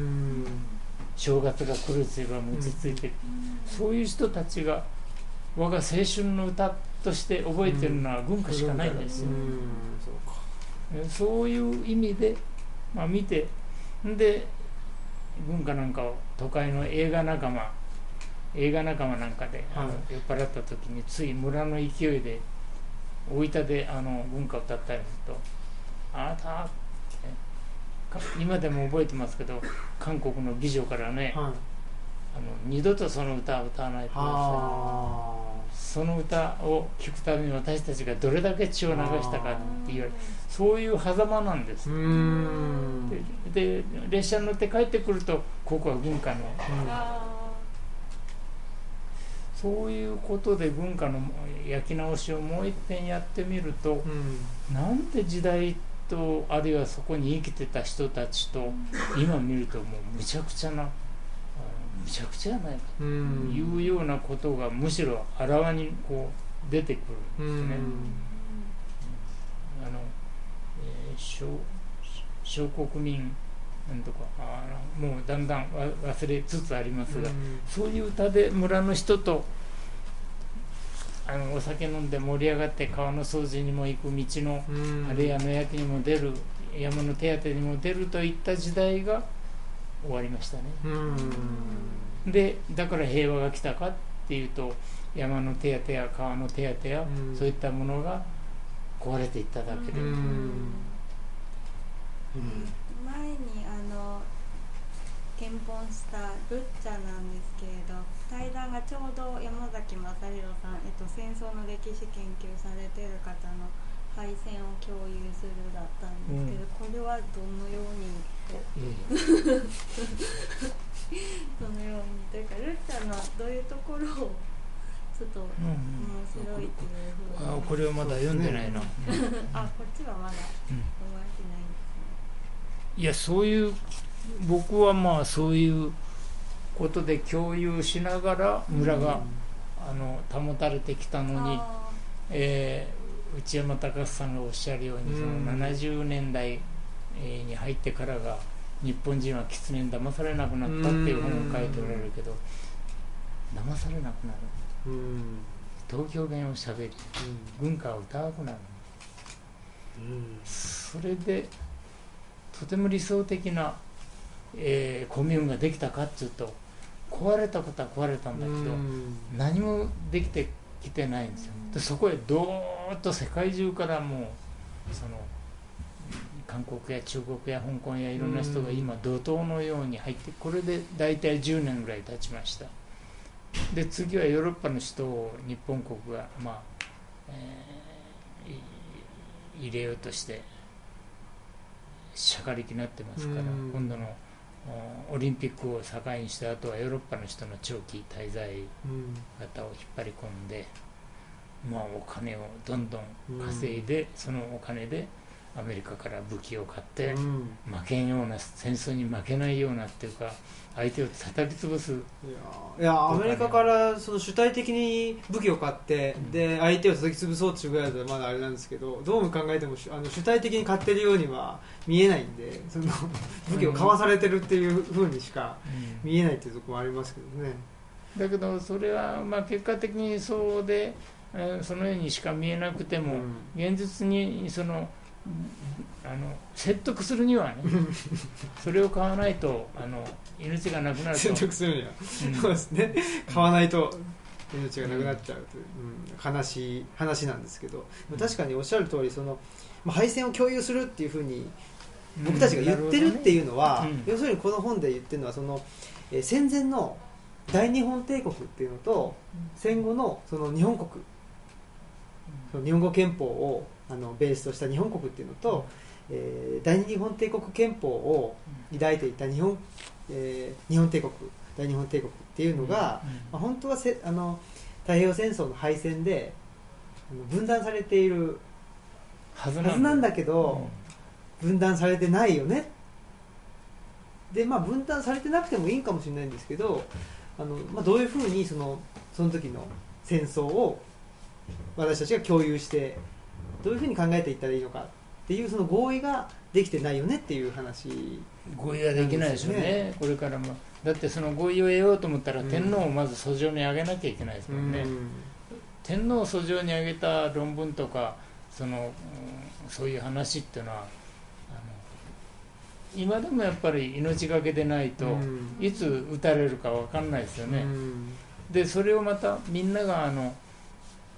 正月が来るといえば餅ついて、うん、そういう人たちが我が青春の歌として覚えてるのは軍歌しかないんですよ、うんうん、そうか、そういう意味で、まあ、見てで軍歌なんかを都会の映画仲間映画仲間なんかで、はい、あの酔っ払った時につい村の勢いで大分であの軍歌を歌ったりするとあなた今でも覚えてますけど、韓国の議女からね、はい、あの二度とその歌を歌わないと言いました。その歌を聴くために私たちがどれだけ血を流したかっていう、そういう狭間なんです。で, で列車に乗って帰ってくると、ここは軍歌の、うん、そういうことで文化の焼き直しをもう一遍やってみると、うん、なんて時代と、あるいはそこに生きてた人たちと今見るともうむちゃくちゃな、むちゃくちゃじゃないかというようなことがむしろあらわにこう出てくるんですね。あの、えー、小, 小国民なんとかあもうだんだん忘れつつありますが、そういう歌で村の人とあのお酒飲んで盛り上がって川の掃除にも行く、道のあれや野焼きにも出る、山の手当てにも出るといった時代が終わりましたね。でだから平和が来たかっていうと、山の手当てや川の手当てやそういったものが壊れていっただけで、前にあの検本したルッチャなんですけれど、対談がちょうど山崎正弘さん、えっと、戦争の歴史研究されている方の敗戦を共有するだったんですけど、うん、これはどのように、うん、どのようにというか、ルッチャのどういうところをちょっと面白いっていうふうに、 うんうん、あこれはまだ読んでないな、ね、 あこっちはまだ読まれてないんですね。 いやそういう僕はまあそういうことで共有しながら村が、うん、あの保たれてきたのに、えー、内山隆さんがおっしゃるように、うん、そのななじゅうねんだいに入ってからが日本人は狐に騙されなくなったっていう本を書いておられるけど、騙されなくなる、うん、東京弁をしゃべり、うん、軍歌を歌わなくなる、うん、それでとても理想的なえー、コミューンができたかっていうと、壊れたことは壊れたんだけど、何もできてきてないんですよ。でそこへどーっと世界中からもうその韓国や中国や香港やいろんな人が今怒涛のように入って、これで大体じゅうねんぐらい経ちました。で次はヨーロッパの人を日本国がまあ、えー、入れようとしてしゃかりきになってますから、今度のオリンピックを境にした後はヨーロッパの人の長期滞在方を引っ張り込んで、まあ、お金をどんどん稼いで、うん、そのお金でアメリカから武器を買って、うん、負けんような、戦争に負けないようなっていうか、相手を叩き潰す。いや、いやアメリカからその主体的に武器を買って、うん、で相手を叩き潰そうっていうぐらいだとまだあれなんですけど、どうも考えてもあの主体的に買ってるようには見えないんで、その武器を買わされてるっていう風にしか見えないっていうところもありますけどね。 だけどそれはまあ結果的にそうで、えー、そのようにしか見えなくても、うん、現実にそのあの説得するにはねそれを買わないとあの命がなくなると、 説得するには、うん、そうですね、買わないと命がなくなっちゃうという、うん、悲しい話なんですけど、確かにおっしゃる通り、その、まあ、敗戦を共有するっていうふうに僕たちが言ってるっていうのは、うんねうん、要するにこの本で言ってるのはその、えー、戦前の大日本帝国っていうのと、戦後のその日本国、その日本語憲法をあのベースとした日本国っていうのと、えー、大日本帝国憲法を抱いていた日本、えー、日本帝国、大日本帝国っていうのが、うんうん、まあ、本当はせあの太平洋戦争の敗戦であの分断されているはずなんだけど、うん、分断されてないよね。で、まあ、分断されてなくてもいいかもしれないんですけど、あの、まあ、どういうふうにその、その時の戦争を私たちが共有してどういうふうに考えていったらいいのかっていう、その合意ができてないよねっていう話、ね、 合意ができないですよね、これからも。だってその合意を得ようと思ったら、うん、天皇をまず訴状に上げなきゃいけないですもんね、うん、天皇を訴状に上げた論文とかその、うん、そういう話っていうのはあの今でもやっぱり命がけでないと、うん、いつ撃たれるか分かんないですよね、うん、でそれをまたみんながあの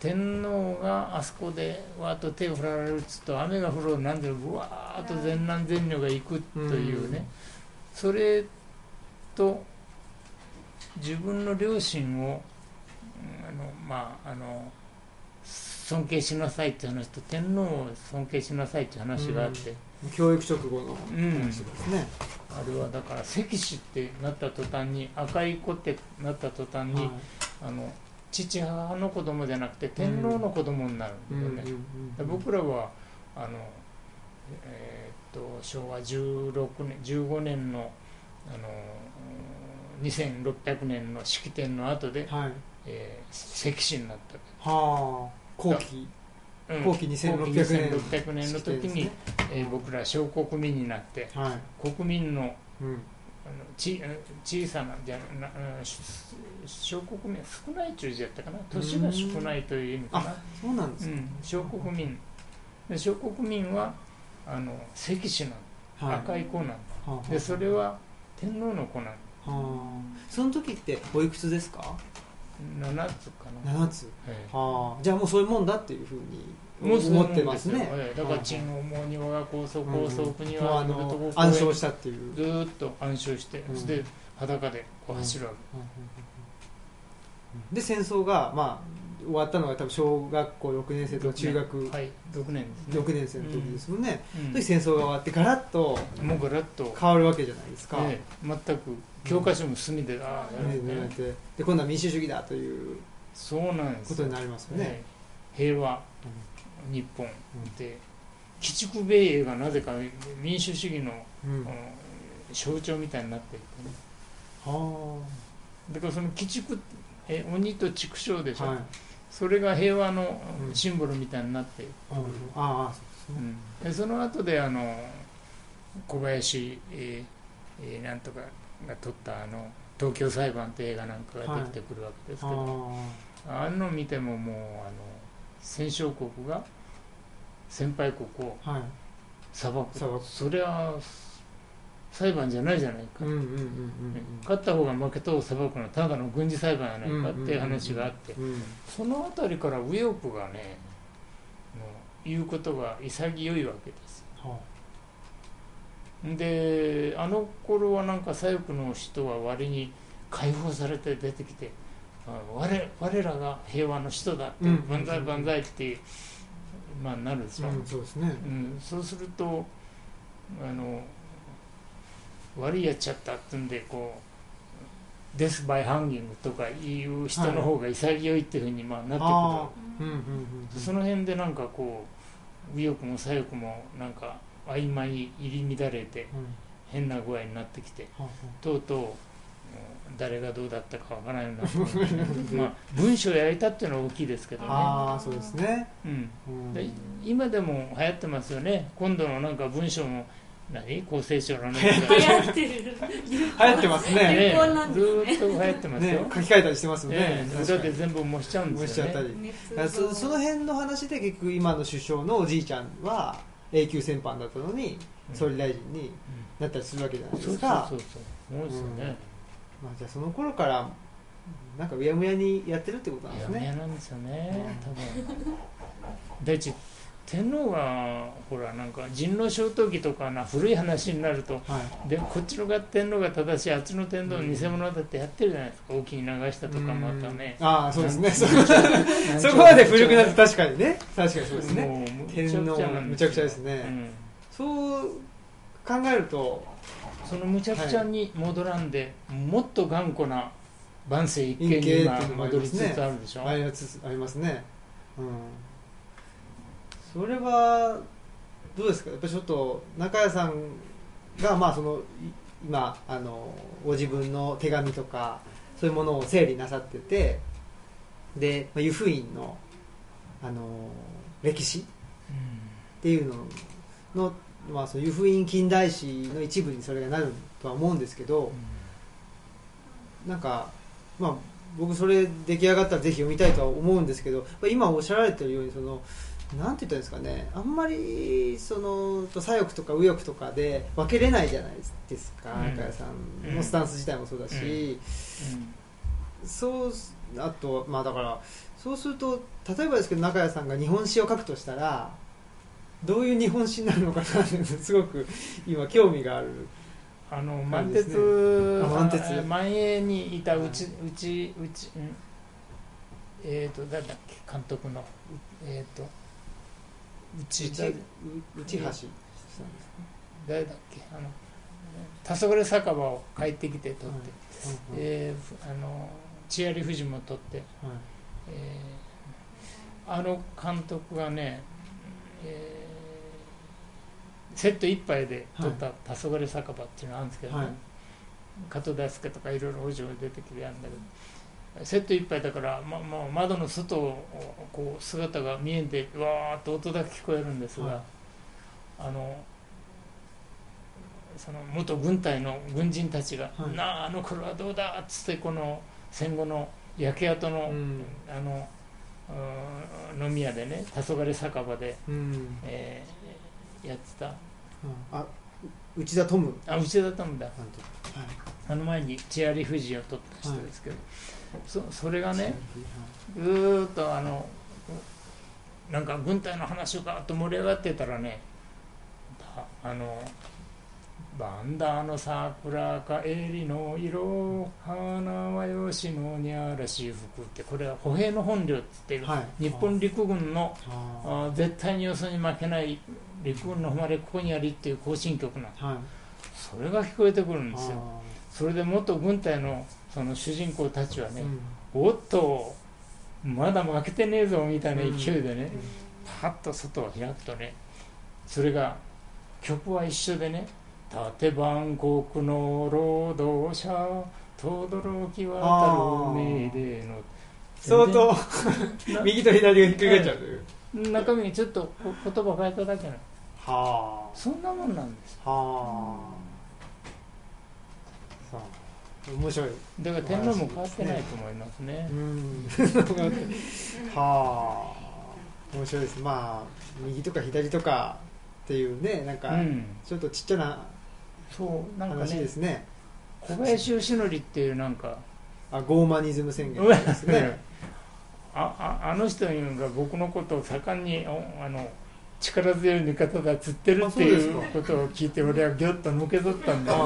天皇があそこでわーっと手を振られるっつうと雨が降ろうなんでぶわーっと全南全女が行くというね、うん、それと自分の両親をあのまああの尊敬しなさいって話と天皇を尊敬しなさいって話があって、 うん、教育直後の話ですね、 うん、あれはだから石子ってなった途端に赤い子ってなった途端に、はい、あの父母の子供じゃなくて天皇の子供になるんだよね、うん、僕らはあの、えー、っと昭和じゅうろくねんじゅうごねんの、あのにせんろっぴゃくねんの式典の後で、はい、えー、石子になったはあ後期、うん、後期にせんろっぴゃくねんにせんろっぴゃくねんの時に、ね、えー、僕ら小国民になって、はい、国民の、うん、あのち小さなじゃな小国民少ない中字やったかな、年が少ないという意味かな、 そうなんですか、うん、 小国民で小国民はあの石子なの、はい、赤い子なの、はあ、でそれは天皇の子なの、はあ、その時っておいくつですか？ ななつかな。 ななつ、はあ、じゃあもうそういうもんだっていうふうに思ってますね。 だから陳王も庭が高層高層国は、 うん、あの暗唱したっていうずっと暗唱して、うん、で裸でこう走るわけ、 うん、で戦争が、まあ、終わったのが多分小学校ろくねん生とか中学はいろくねんですね、 ろくねん生の時ですもんね、うん、で戦争が終わってガラッともうガラッと変わるわけじゃないですか、 ええ、全く教科書も隅で、うん、ああやるね、 で今度は民主主義だというそうなんですことになりますよね、 ええ、平和、うん、日本で、うん、鬼畜米英がなぜか民主主義の、うん、象徴みたいになっていてね、はあ、だからその鬼畜え鬼と畜生でしょ、はい、それが平和のシンボルみたいになっている、うん、ああそうですね、うん、でその後であの小林、えーえー、なんとかが撮ったあの東京裁判って映画なんかができてくるわけですけど、はい、あの見てももうあの戦勝国が先輩国を裁く、はい、それは裁判じゃないじゃないか、勝った方が負けたを裁くのはただの軍事裁判じゃないかっていう話があって、うんうんうんうん、そのあたりから右翼がね言うことが潔いわけですよ、はあ、であの頃はなんか左翼の人は割に解放されて出てきて、我, 我らが平和の人だって、うん、万歳万歳って、まあ、なるでしょ、うん、そうですね、うん、そうするとあの悪いやっちゃったってんでこうデスバイハンギングとかいう人の方が潔いっていうふうにまあなってくる、はい、うんうんうん、その辺でなんかこう右翼も左翼もなんか曖昧入り乱れて変な具合になってきて、うん、とうとう誰がどうだったかわからないようなまあ文章をやりたっていうのは大きいですけどね。 ああそうですね、 うんうん、で今でも流行ってますよね。今度のなんか文章も何厚生省のね流行ってる流行ってますね。 ずーっと流行ってますよ、ね、 書き換えたりしてますよね、 ね、だって全部模しちゃうんですよね。 たり そ, その辺の話で結局今の首相のおじいちゃんは永久戦犯だったのに総理大臣になったりするわけじゃないですか。 そうそうそうそうですよね、うん、 まあ、じゃあその頃からなんかうやむやにやってるってことなんですね。 うやむやなんですよね、多分第一天皇がほらなんか人狼小登記とかな古い話になると、はい、でこっちのが天皇が正しいあっちの天皇の偽物だってやってるじゃないですか。大きに流したとかまたね、 ああそうですねそこまで古くなって確かにね、確かにそうですね。もう天皇むちゃくちゃですね、うん、そう考えるとそのむちゃくちゃに戻らんで、はい、もっと頑固な万世一系に今戻りつつあるでしょ。 ありますね、うん、それはどうですか。やっぱりちょっと中谷さんがまあその今あのご自分の手紙とかそういうものを整理なさってて、で、まあ、湯布院のあの歴史っていうのの、まあ、その湯布院近代史の一部にそれがなるとは思うんですけど、なんかまあ僕それ出来上がったらぜひ読みたいとは思うんですけど、今おっしゃられてるようにそのなんて言ったんですかね、あんまりその左翼とか右翼とかで分けれないじゃないですか、中谷さんのスタンス自体もそうだし、 そうあとまあだからそうすると例えばですけど中谷さんが日本史を書くとしたらどういう日本史になるのかなってすごく今興味がある。 あの満鉄、 ね、 満鉄万栄にいたうち、うちうちえっ、ー、と誰だっけ監督のえっ、ー、と内田内橋さん誰だっけあの黄昏酒場を帰ってきて撮って、はいえー、あの千有富士も撮って、はいえー、あの監督がね、えー、セット一杯で撮った「黄昏酒場」っていうのがあるんですけどね、はい、加藤大輔とかいろいろ補助が出てきてやるんだけどセット一杯だから、ま、もう窓の外をこう姿が見えんでわーっと音だけ聞こえるんですが、はい、あのその元軍隊の軍人たちが「はい、なああの頃はどうだ」っつってこの戦後の焼け跡の、うん、あの飲み屋でね黄昏酒場で、うんえー、やってた、うん、 あ内田トムあ内田トムだ、はい、あの前に千有富士を取った人ですけど、はい、そ, それがねぐーっとあのなんか軍隊の話をガーッと盛り上がってたらねあのバンダの桜かえりの色花はよしのにゃらし服ってこれは歩兵の本領って言って、はい、日本陸軍のあ絶対によそに負けない陸軍の誉れここにありっていう行進曲なんです、はい、それが聞こえてくるんですよ。それで元軍隊のその主人公たちはね、うん、おっとまだ負けてねえぞみたいな勢いでね、うんうん、パッと外を開くとねそれが曲は一緒でね立番国の労働者轟き渡る命令の相当右と左がひっくり返っちゃうという中身にちょっと言葉変えただけなのはあそんなもんなんですはあ面白いだから天皇も変わってないと思いますねうんはあ面白いですまあ右とか左とかっていうねなんかちょっとちっちゃなそうなんか話ですね小林義則っていうなんかあゴーマニズム宣言ですねあ, あ, あの人が僕のことを盛んにあの力強い味方だ釣ってるっていうことを聞いて俺はギョッと抜け取ったんだ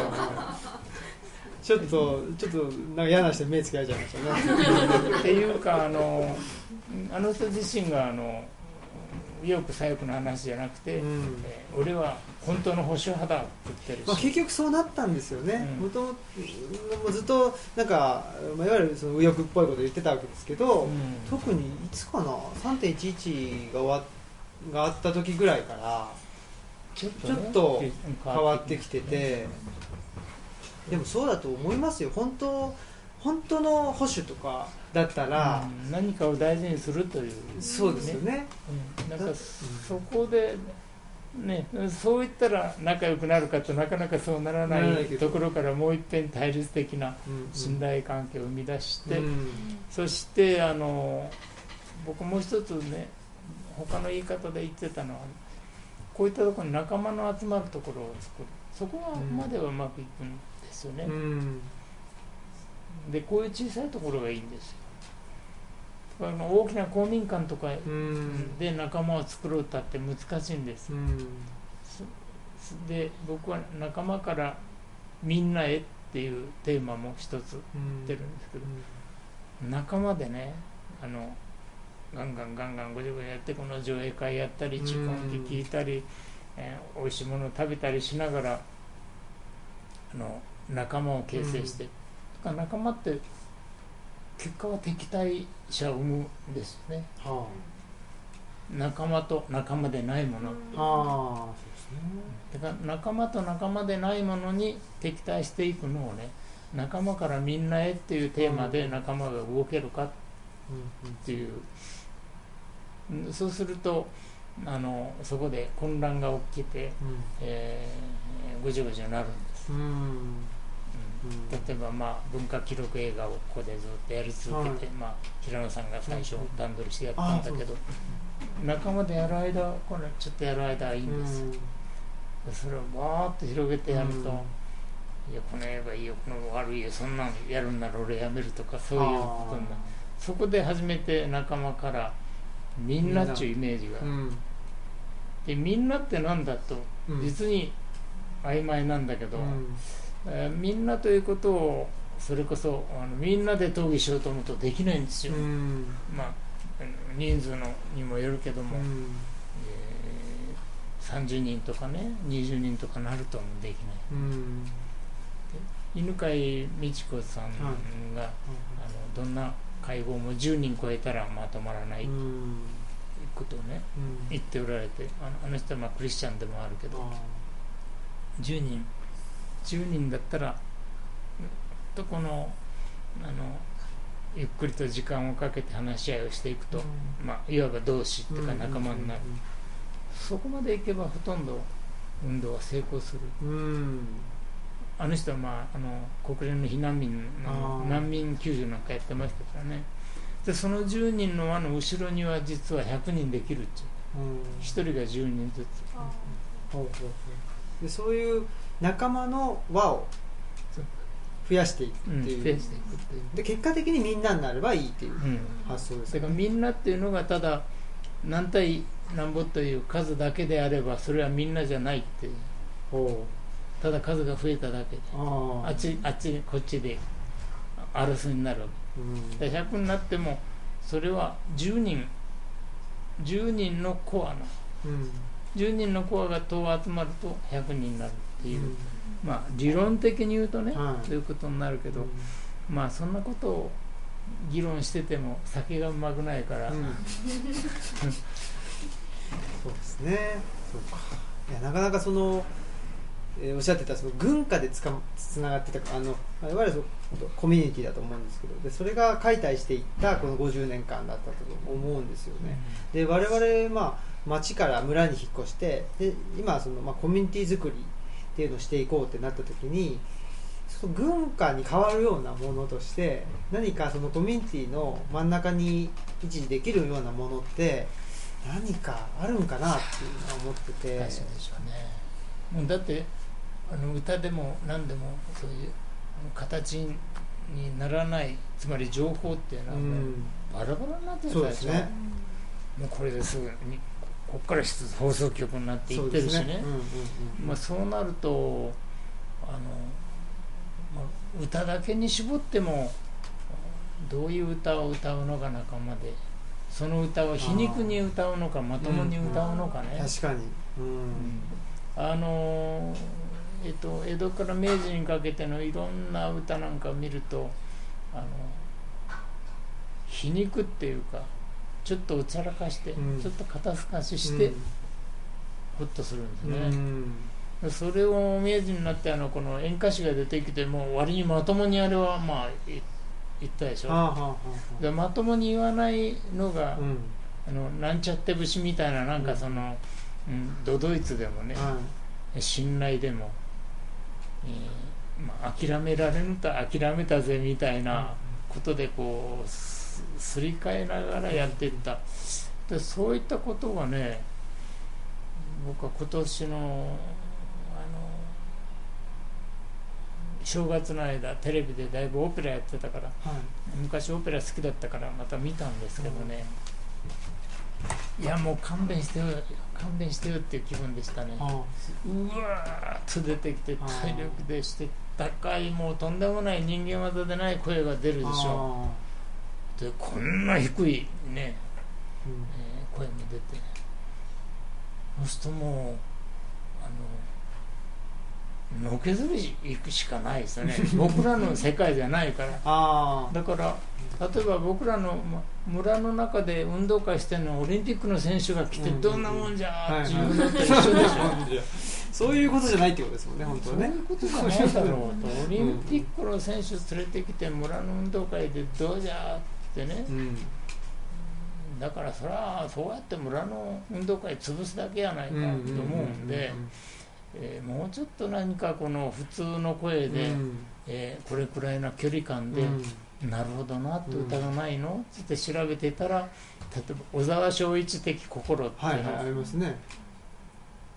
ちょっとちょっとなんか嫌な人に目つけられちゃいましたねっていうかあのあの人自身があの右翼左翼の話じゃなくて、うんえー、俺は本当の保守派だって言ってるし、 まあ、結局そうなったんですよね、うん、もともとずっとなんか、まあ、いわゆるその右翼っぽいことを言ってたわけですけど、うん、特にいつかな さんてんいちいち が終わがあった時ぐらいからちょっと、ね、ちょっと変わってきてて、でもそうだと思いますよ本当本当の保守とかだったら、 うん、何かを大事にするという、ね、 そうですよね、 うん、なんかそこで、ね、そう言ったら仲良くなるかとなかなかそうならないところからもう一遍対立的な信頼関係を生み出して、うんうん、そしてあの僕もう一つね他の言い方で言ってたのはこういったところに仲間の集まるところを作るそこまではうまくいくんですよね、うんでこういう小さいところがいいんですよ。大きな公民館とかで仲間を作ろうとって難しいんです。で僕は仲間からみんなへっていうテーマも一つ言ってるんですけど、仲間でねあのガンガンガンガンごちゃごちゃやってこの上映会やったり蓄音機聞いたり、えー、おいしいものを食べたりしながらあの仲間を形成して、仲間って結果は敵対者を生むんですよね、はあ、仲間と仲間でないもの、はあそうですね、だから仲間と仲間でないものに敵対していくのをね仲間からみんなへっていうテーマで仲間が動けるかっていう、うんうん、そうするとあのそこで混乱が起きて、うんえー、ぐじゅぐじゅなるんです、うん例えば、まあ、文化記録映画をここでずっとやり続けて、はいまあ、平野さんが最初段取りしてやったんだけど、仲間でやる間これちょっとやる間はいいんですよ、それをバーッと広げてやると、 いやこのやればいいよこの悪いよそんなのやるんなら俺やめるとかそういうことになる。そこで初めて仲間からみんなっていうイメージが、うん、でみんなってなんだと実に曖昧なんだけど、うんえー、みんなということをそれこそあのみんなで討議しようと思うとできないんですよ、うん、まあ人数のにもよるけども、うんえー、さんじゅうにんとかねにじゅうにんとかなるともできない、うん、犬飼美智子さんが、うん、あのどんな会合もじゅうにん超えたらまとまらない、うん、ことをね、うん、言っておられて あの、あの人はまあクリスチャンでもあるけどじゅうにんじゅうにんだったらとこのあのゆっくりと時間をかけて話し合いをしていくと、うんまあ、いわば同志っていうか仲間になる、うんうんうんうん、そこまでいけばほとんど運動は成功する、うん、あの人は、まあ、あの国連の避難民の難民救助なんかやってましたからね。でそのじゅうにんの輪の後ろには実はひゃくにんできるっていう、うん、ひとりがじゅうにんずつ、 うん、でそういう仲間の輪を増やしていくっていう、うん、増やしていくっていうで結果的にみんなになればいいっていう発想ですね、 うん、だからみんなっていうのがただ何対何ぼという数だけであればそれはみんなじゃないっていうただ数が増えただけで あ, あっちあっちこっちで争いになるわけ、うん、ひゃくになってもそれはじゅうにんじゅうにんのコアの、うん、じゅうにんのコアがと集まるとひゃくにんになるっていう、うんまあ、理論的に言うとね、はい、そういうことになるけど、うん、まあそんなことを議論してても酒がうまくないから、うん、そうですねそうかいやなかなかその、えー、おっしゃってたその軍歌でつかつながってたあのいわゆるコミュニティだと思うんですけどでそれが解体していったこのごじゅうねんかんだったと思うんですよね、うん、で我々、まあ、町から村に引っ越してで今その、まあ、コミュニティ作りっていうのをしていこうってなった時にその軍歌に変わるようなものとして何かそのコミュニティの真ん中に位置できるようなものって何かあるんかなっていうのは思っててそうでしょうね。もうだってあの歌でも何でもそういう形にならないつまり情報っていうのは、ねうん、バラバラになってるでしょ、ね、もうこれですぐにここから放送局になっていってるしねそうなるとあの、まあ、歌だけに絞ってもどういう歌を歌うのか仲間でその歌を皮肉に歌うのかまともに歌うのかね、 うん、確かに、 うん、あの、えっと、江戸から明治にかけてのいろんな歌なんかを見るとあの皮肉っていうかちょっとおちゃらかして、うん、ちょっと肩透かしして、うん、ホッとするんですね、うん、それを明治になってあのこの演歌詞が出てきてもう割にまともにあれはまあ言ったでしょ、はあはあはあ、でまともに言わないのが、うん、あのなんちゃって節みたいななんかその、うん、ドドイツでもね、うん、信頼でも、えーまあ、諦められぬと諦めたぜみたいなことでこうすり替えながらやっていったでそういったことがね僕は今年の、あの正月の間テレビでだいぶオペラやってたから、はい、昔オペラ好きだったからまた見たんですけどね、うん、いやもう勘弁してよ勘弁してよっていう気分でしたね。うわーっと出てきて体力でして高いもうとんでもない人間技でない声が出るでしょでこんな低いね、うんえー、声も出てそうするともうあののけずり行くしかないですよね僕らの世界じゃないからあだから例えば僕らの村の中で運動会してるのオリンピックの選手が来てどんなもんじゃっていうのと一緒でしょそういうことじゃないってことですもんね本当はねそういうことじゃないだろうとオリンピックの選手連れてきて村の運動会でどうじゃってね、うん、だからそれはそうやって村の運動会潰すだけやないかと思うんでもうちょっと何かこの普通の声で、うんえー、これくらいの距離感で、うん、なるほどなって歌がないの、うん、って調べてたら例えば小沢昭一的心っていうのが、はいはい、ありますね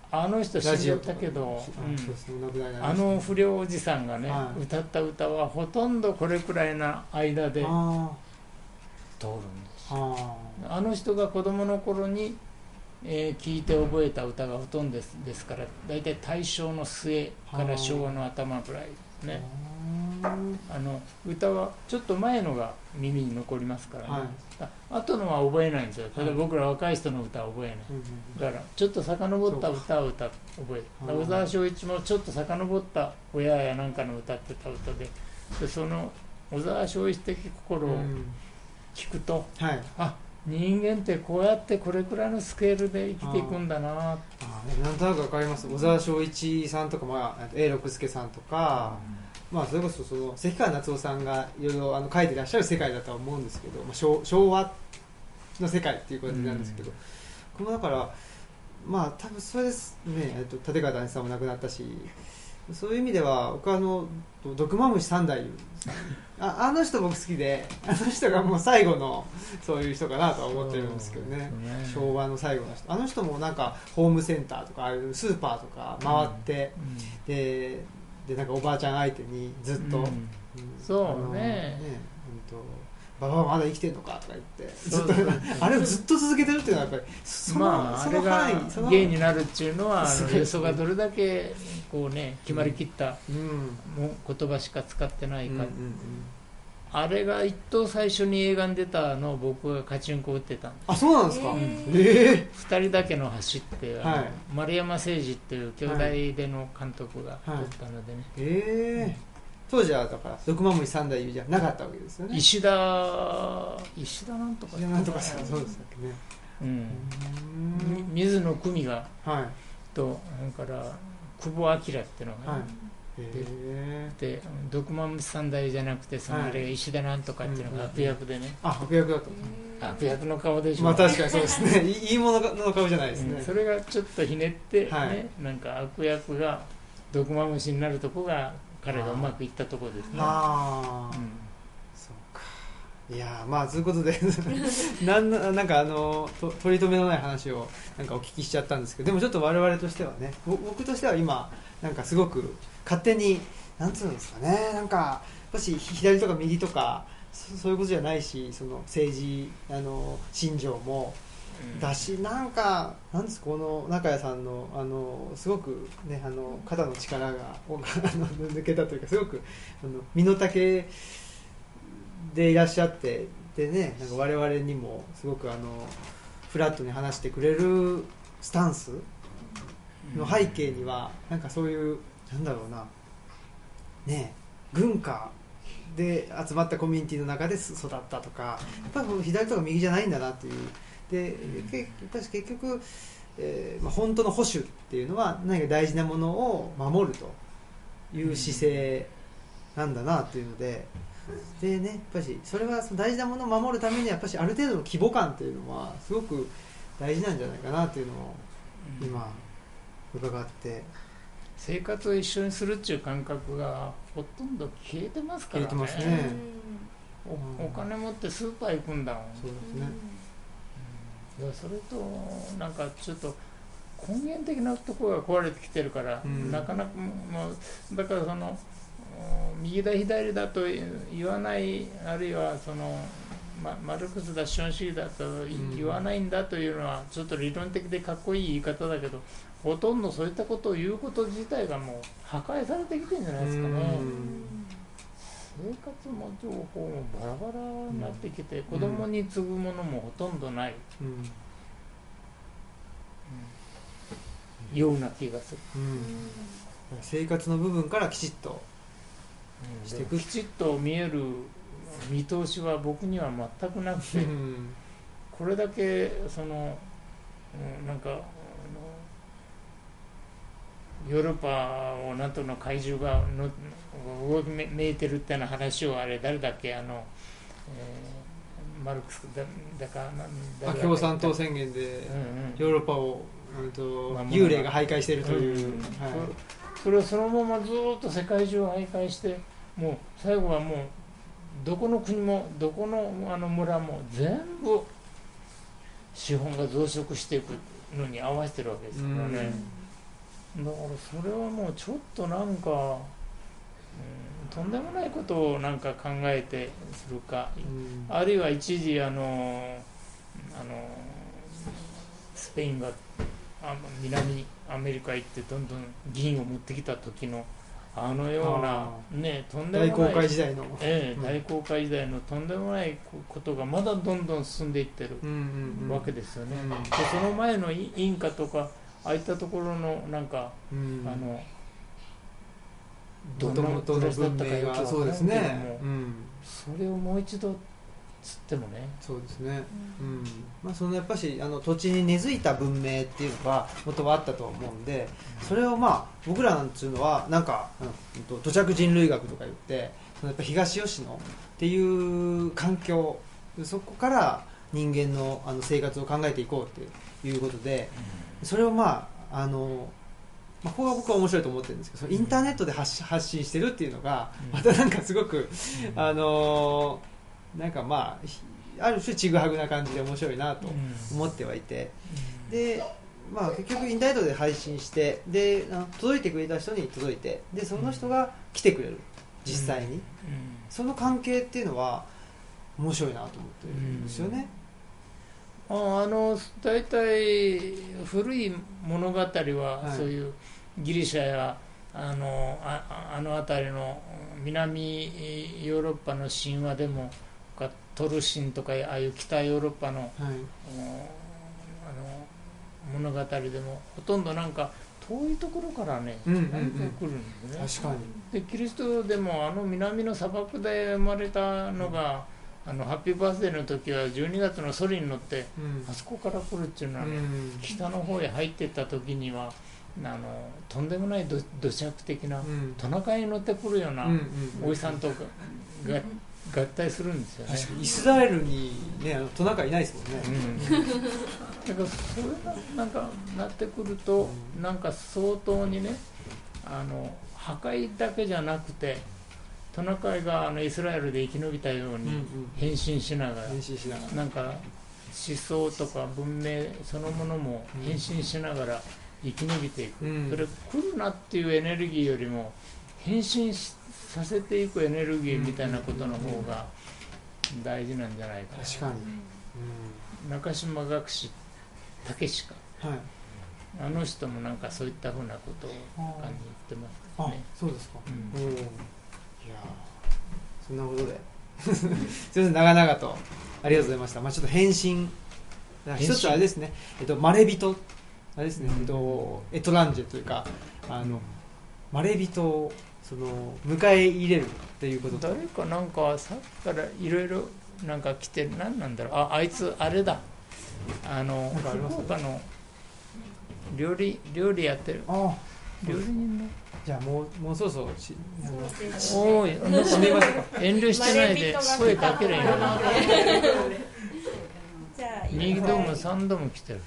あの人死んじゃったけど、あの不良おじさんがね、はい、歌った歌はほとんどこれくらいの間で通るんですよ。あの人が子供の頃に、えー、聞いて覚えた歌がほとんどです、ですから大体大正の末から昭和の頭くらいですね。あの歌はちょっと前のが耳に残りますからね、はい、あとのは覚えないんですよ。ただ僕ら若い人の歌は覚えない、だからちょっと遡った歌を歌覚える。小沢昭一もちょっと遡った親やなんかの歌ってた歌で、でその小沢昭一的心を聞くと、うんはい、あ人間ってこうやってこれくらいのスケールで生きていくんだな。ああなんとなく分かります。小沢昭一さんとか、まあ、永六輔さんとか、うんまあ、それこそその関川夏夫さんがいろいろあの書いてらっしゃる世界だとは思うんですけど、まあ、昭, 昭和の世界っていうことなんですけど、うん、このだからまあ多分それですね、えっと、立川談志さんも亡くなったし、そういう意味では僕はあの毒マムシ三代あ, あの人僕好きで、あの人がもう最後のそういう人かなとは思ってるんですけど ね, ね昭和の最後の人。あの人もなんかホームセンターとかああいうスーパーとか回って、うんうん、ででなんかおばあちゃん相手にずっと、うんうん、 そうねね、 ババアまだ生きてんのかとか言ってずっとあれをずっと続けてるっていうのはやっぱりその、まあ、 その範囲その芸になるっていうのはあのよそがどれだけこうね決まりきった、うん、も言葉しか使ってないか、うんうんうん、あれが一等最初に映画に出たのを僕がカチンコ打ってたんです。 あ、そうなんですか。 えー、ふたりだけの橋って、はい、丸山誠二っていう兄弟での監督が撮ったのでね、はいはい、 えーうん当時はだから毒マムシ三代じゃなかったわけですよね。 石田石田なんとか石田なんとかさんそうでしたっけね。 うん。水野久美が、はい、とそれから久保明っていうのが、はい、でで毒マムシ三代じゃなくてそのあれが石田なんとかっていうのが悪役でね。 あ悪役だった悪役の顔でしょ。 まあ確かにそうですね。いいものの顔じゃないですね。 うん、それがちょっとひねってね、はい、なんか悪役が毒マムシになるとこが彼がうまくいったところですね。ああ、うん、 そうか。いやまあということでなんなんかあのと取り留めのない話をなんかお聞きしちゃったんですけど、でもちょっと我々としてはね、僕としては今なんかすごく勝手になんつうんですかね、なんかもし左とか右とかそそういうことじゃないし、その政治あの信条も。だしなんかなんですこの中谷さんのあのすごくねあの肩の力が抜けたというかすごくあの身の丈でいらっしゃってでねなんか我々にもすごくあのフラットに話してくれるスタンスの背景にはなんかそういうなんだろうなね軍歌で集まったコミュニティの中で育ったとかやっぱり左とか右じゃないんだなっていう。で結局、えーまあ、本当の保守っていうのは何か大事なものを守るという姿勢なんだなっていうので、でね、やっぱりそれはその大事なものを守るためにはやっぱりある程度の規模感っていうのはすごく大事なんじゃないかなっていうのを今伺って、 生活を一緒にするっていう感覚がほとんど消えてますからね。 消えてますね。 お、お金持ってスーパー行くんだもん。 そうですね。 それとなんかちょっと根源的なところが壊れてきてるから、うん、なかなかもうだからその右だ左だと言わないあるいはその、ま、マルクスだ資本主義だと言わないんだというのはちょっと理論的でかっこいい言い方だけどほとんどそういったことを言うこと自体がもう破壊されてきてるんじゃないですかね。生活も情報もバラバラになってきて、うん、子供に継ぐものもほとんどない、うんうん、ような気がする、うん、 生活の部分からきちっとしていく、きちっと見える見通しは僕には全くなくて、うん、これだけその、うん、なんかヨーロッパをなんとの怪獣がの動きめいてるっていう話をあれ誰だっけあの、えー、マルクスだだかだか共産党宣言で、うんうん、ヨーロッパを、うんとまあ、幽霊が徘徊しているという、うんはい、 それをそのままずっと世界中を徘徊してもう最後はもうどこの国もどこの、あの村も全部資本が増殖していくのに合わせてるわけですからね。 だからそれはもうちょっとなんか、うん、とんでもないことをなんか考えてするか、うん、あるいは一時あのあのスペインがあ南アメリカ行ってどんどん銀を持ってきた時のあのような、ね、とんでもない大航海時代の、 ええ、大航海時代のとんでもないことがまだどんどん進んでいってるわけですよね、うんうんうん、でその前のインカとかああいったところのなんか、うん、あのどんな暮らしだったかよく分からんけども、そうですね、うん、それをもう一度つってもね、 そうですね、うんうん、まあ、そのやっぱしあの土地に根付いた文明っていうのが元はあったと思うんで、それをまあ僕らなんていうのはなんか、うん、土着人類学とか言ってそのやっぱ東吉野っていう環境、そこから人間の、あの生活を考えていこうっていうことで、それをまああのまあ、ここが僕は面白いと思ってるんですけど、そのインターネットで発信、発信してるっていうのがまたなんかすごく、あのなんかまあある種ちぐはぐな感じで面白いなと思ってはいて、で、まあ、結局インターネットで配信してで届いてくれた人に届いてでその人が来てくれる、実際にその関係っていうのは面白いなと思ってるんですよね。 ああのだいたい古い物語はそういうギリシャやあの、あ、あの辺りの南ヨーロッパの神話でもトルシンとかああいう北ヨーロッパの、はい、あの物語でもほとんどなんか遠いところからね、うんうんうん、来るんですね。確かに。でキリストでもあの南の砂漠で生まれたのが、うん、あのハッピーバースデーの時はじゅうにがつのソリに乗って、うん、あそこから来るっていうのはね、うん、北の方へ入っていった時にはあのとんでもない土着的な、うん、トナカイに乗ってくるような、うんうんうん、おじさんとかが合体するんですよね。 確かにイスラエルに、ね、あのトナカイいないですもんね、 うん、だからそれがなんかなってくると、うん、なんか相当にねあの破壊だけじゃなくてトナカイがあのイスラエルで生き延びたように変身しながら、うんうん、変身しながらなんか思想とか文明そのものも変身しながら生き延びていく、うん、それ来るなっていうエネルギーよりも変身しさせていくエネルギーみたいなことの方が大事なんじゃないかな。 確かに、 うん、中島学士武史か、はい、あの人もなんかそういったふうなことを感じてますね。 あ、そうですか、うん、いやそんなことですいません長々とありがとうございました。まあ、ちょっと変身一つあれですね、えっと、マレビトあれですね、うん、えっと、エトランジェというかあのマレビトをその迎え入れるっていうこと。 誰かなんかさっきからいろいろなんか来て何なんだろう、あ、あいつあれだ、あの福岡の料理料理やってるあ料理人のじゃあもうもうそろそろしおいなんか遠慮してないで声かけるよにどもさんども来てる。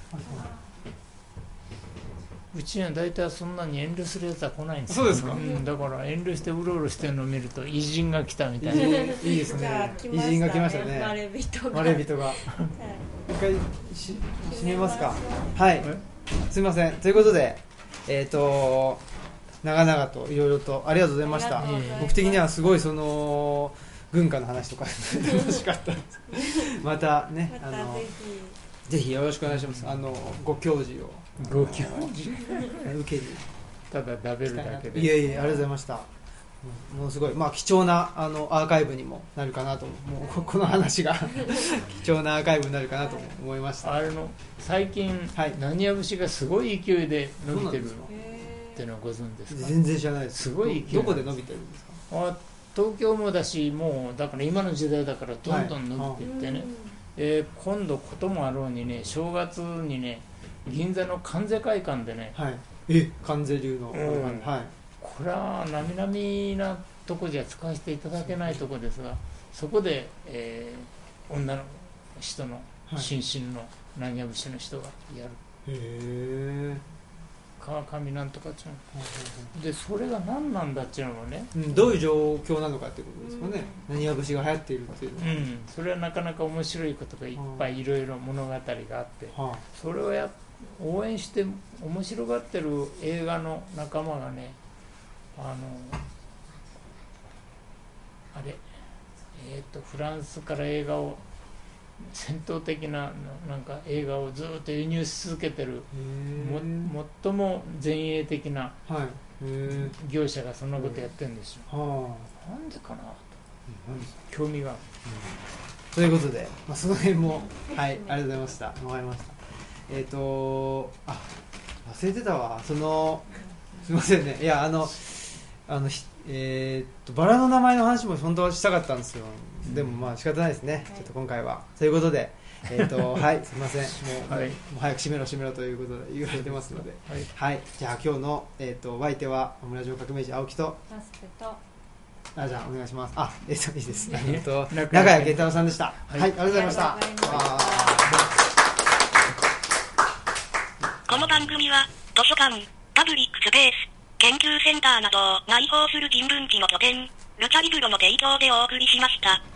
うちには大体そんなに遠慮するやつは来ないんですよ。 そうですか、うん、 だから遠慮してうろうろしてるのを見ると偉人が来たみたいな。 いいですね。偉人が来ましたね。 マレビトが。 マレビトが。一回し締めますか。はい。すみません。ということで、えっと長々といろいろとありがとうございました。僕的にはすごいその軍歌の話とか楽しかったです。またね、 またあのぜひよろしくお願いします。あのご教授を。 ご教授受けにただ食べるだけで。 いやいやありがとうございました。ものすごい、まあ、貴重なあのアーカイブにもなるかなと思う。もうこの話が貴重なアーカイブになるかなと思いました。 あれの最近、はい、浪花節がすごい勢いで伸びてるっていうのはご存知ですか？ 全然知らないです。 すごい勢い。 どこで伸びてるんですか？ あ、東京もだし、もうだから今の時代だからどんどん伸びていってね、はい、えー、今度こともあろうにね、正月にね銀座の関西会館でね、 はい、え関西流の、うん、はい、 これは並々なとこじゃ使わせていただけないとこですが、そこで、えー、女の人の新進の浪花節の人がやる。へえ。川上なんとかちゃんで、それが何なんだっていうのもね、 うん、どういう状況なのかっていうことですかね。浪花節が流行っているっていうのは、 うん、それはなかなか面白いことがいっぱいいろいろ物語があって、はあ、それをや応援して面白がってる映画の仲間がね、あのあれ、えー、とフランスから映画を戦闘的ななんか映画をずっと輸入し続けてるも最も前衛的な業者がそんなことやってるんですよ、はあ、なんでかなと興味がある、 うん、ということで、まあ、その辺もはい、ありがとうございました。わかりました。えっ、ー、とあ忘れてたわ、そのすみませんね、いやあのあのえー、とバラの名前の話も本当はしたかったんですよ、うん、でもまあ仕方ないですね、はい、ちょっと今回はということで、えーとはいすみません、もう、はい、もう早く閉めろ閉めろということで言われてますので、はい、はい、じゃあ今日の、えー、とお相手はオムラジオ革命児青木とマスクとあじゃあお願いします。あえっ、ー、といいです、えー、と中谷健太郎さんでした。はい、はい、ありがとうございました。 この番組は図書館、パブリックスペース、研究センターなどを内包する人文地の拠点、ルチャリブロの提供でお送りしました。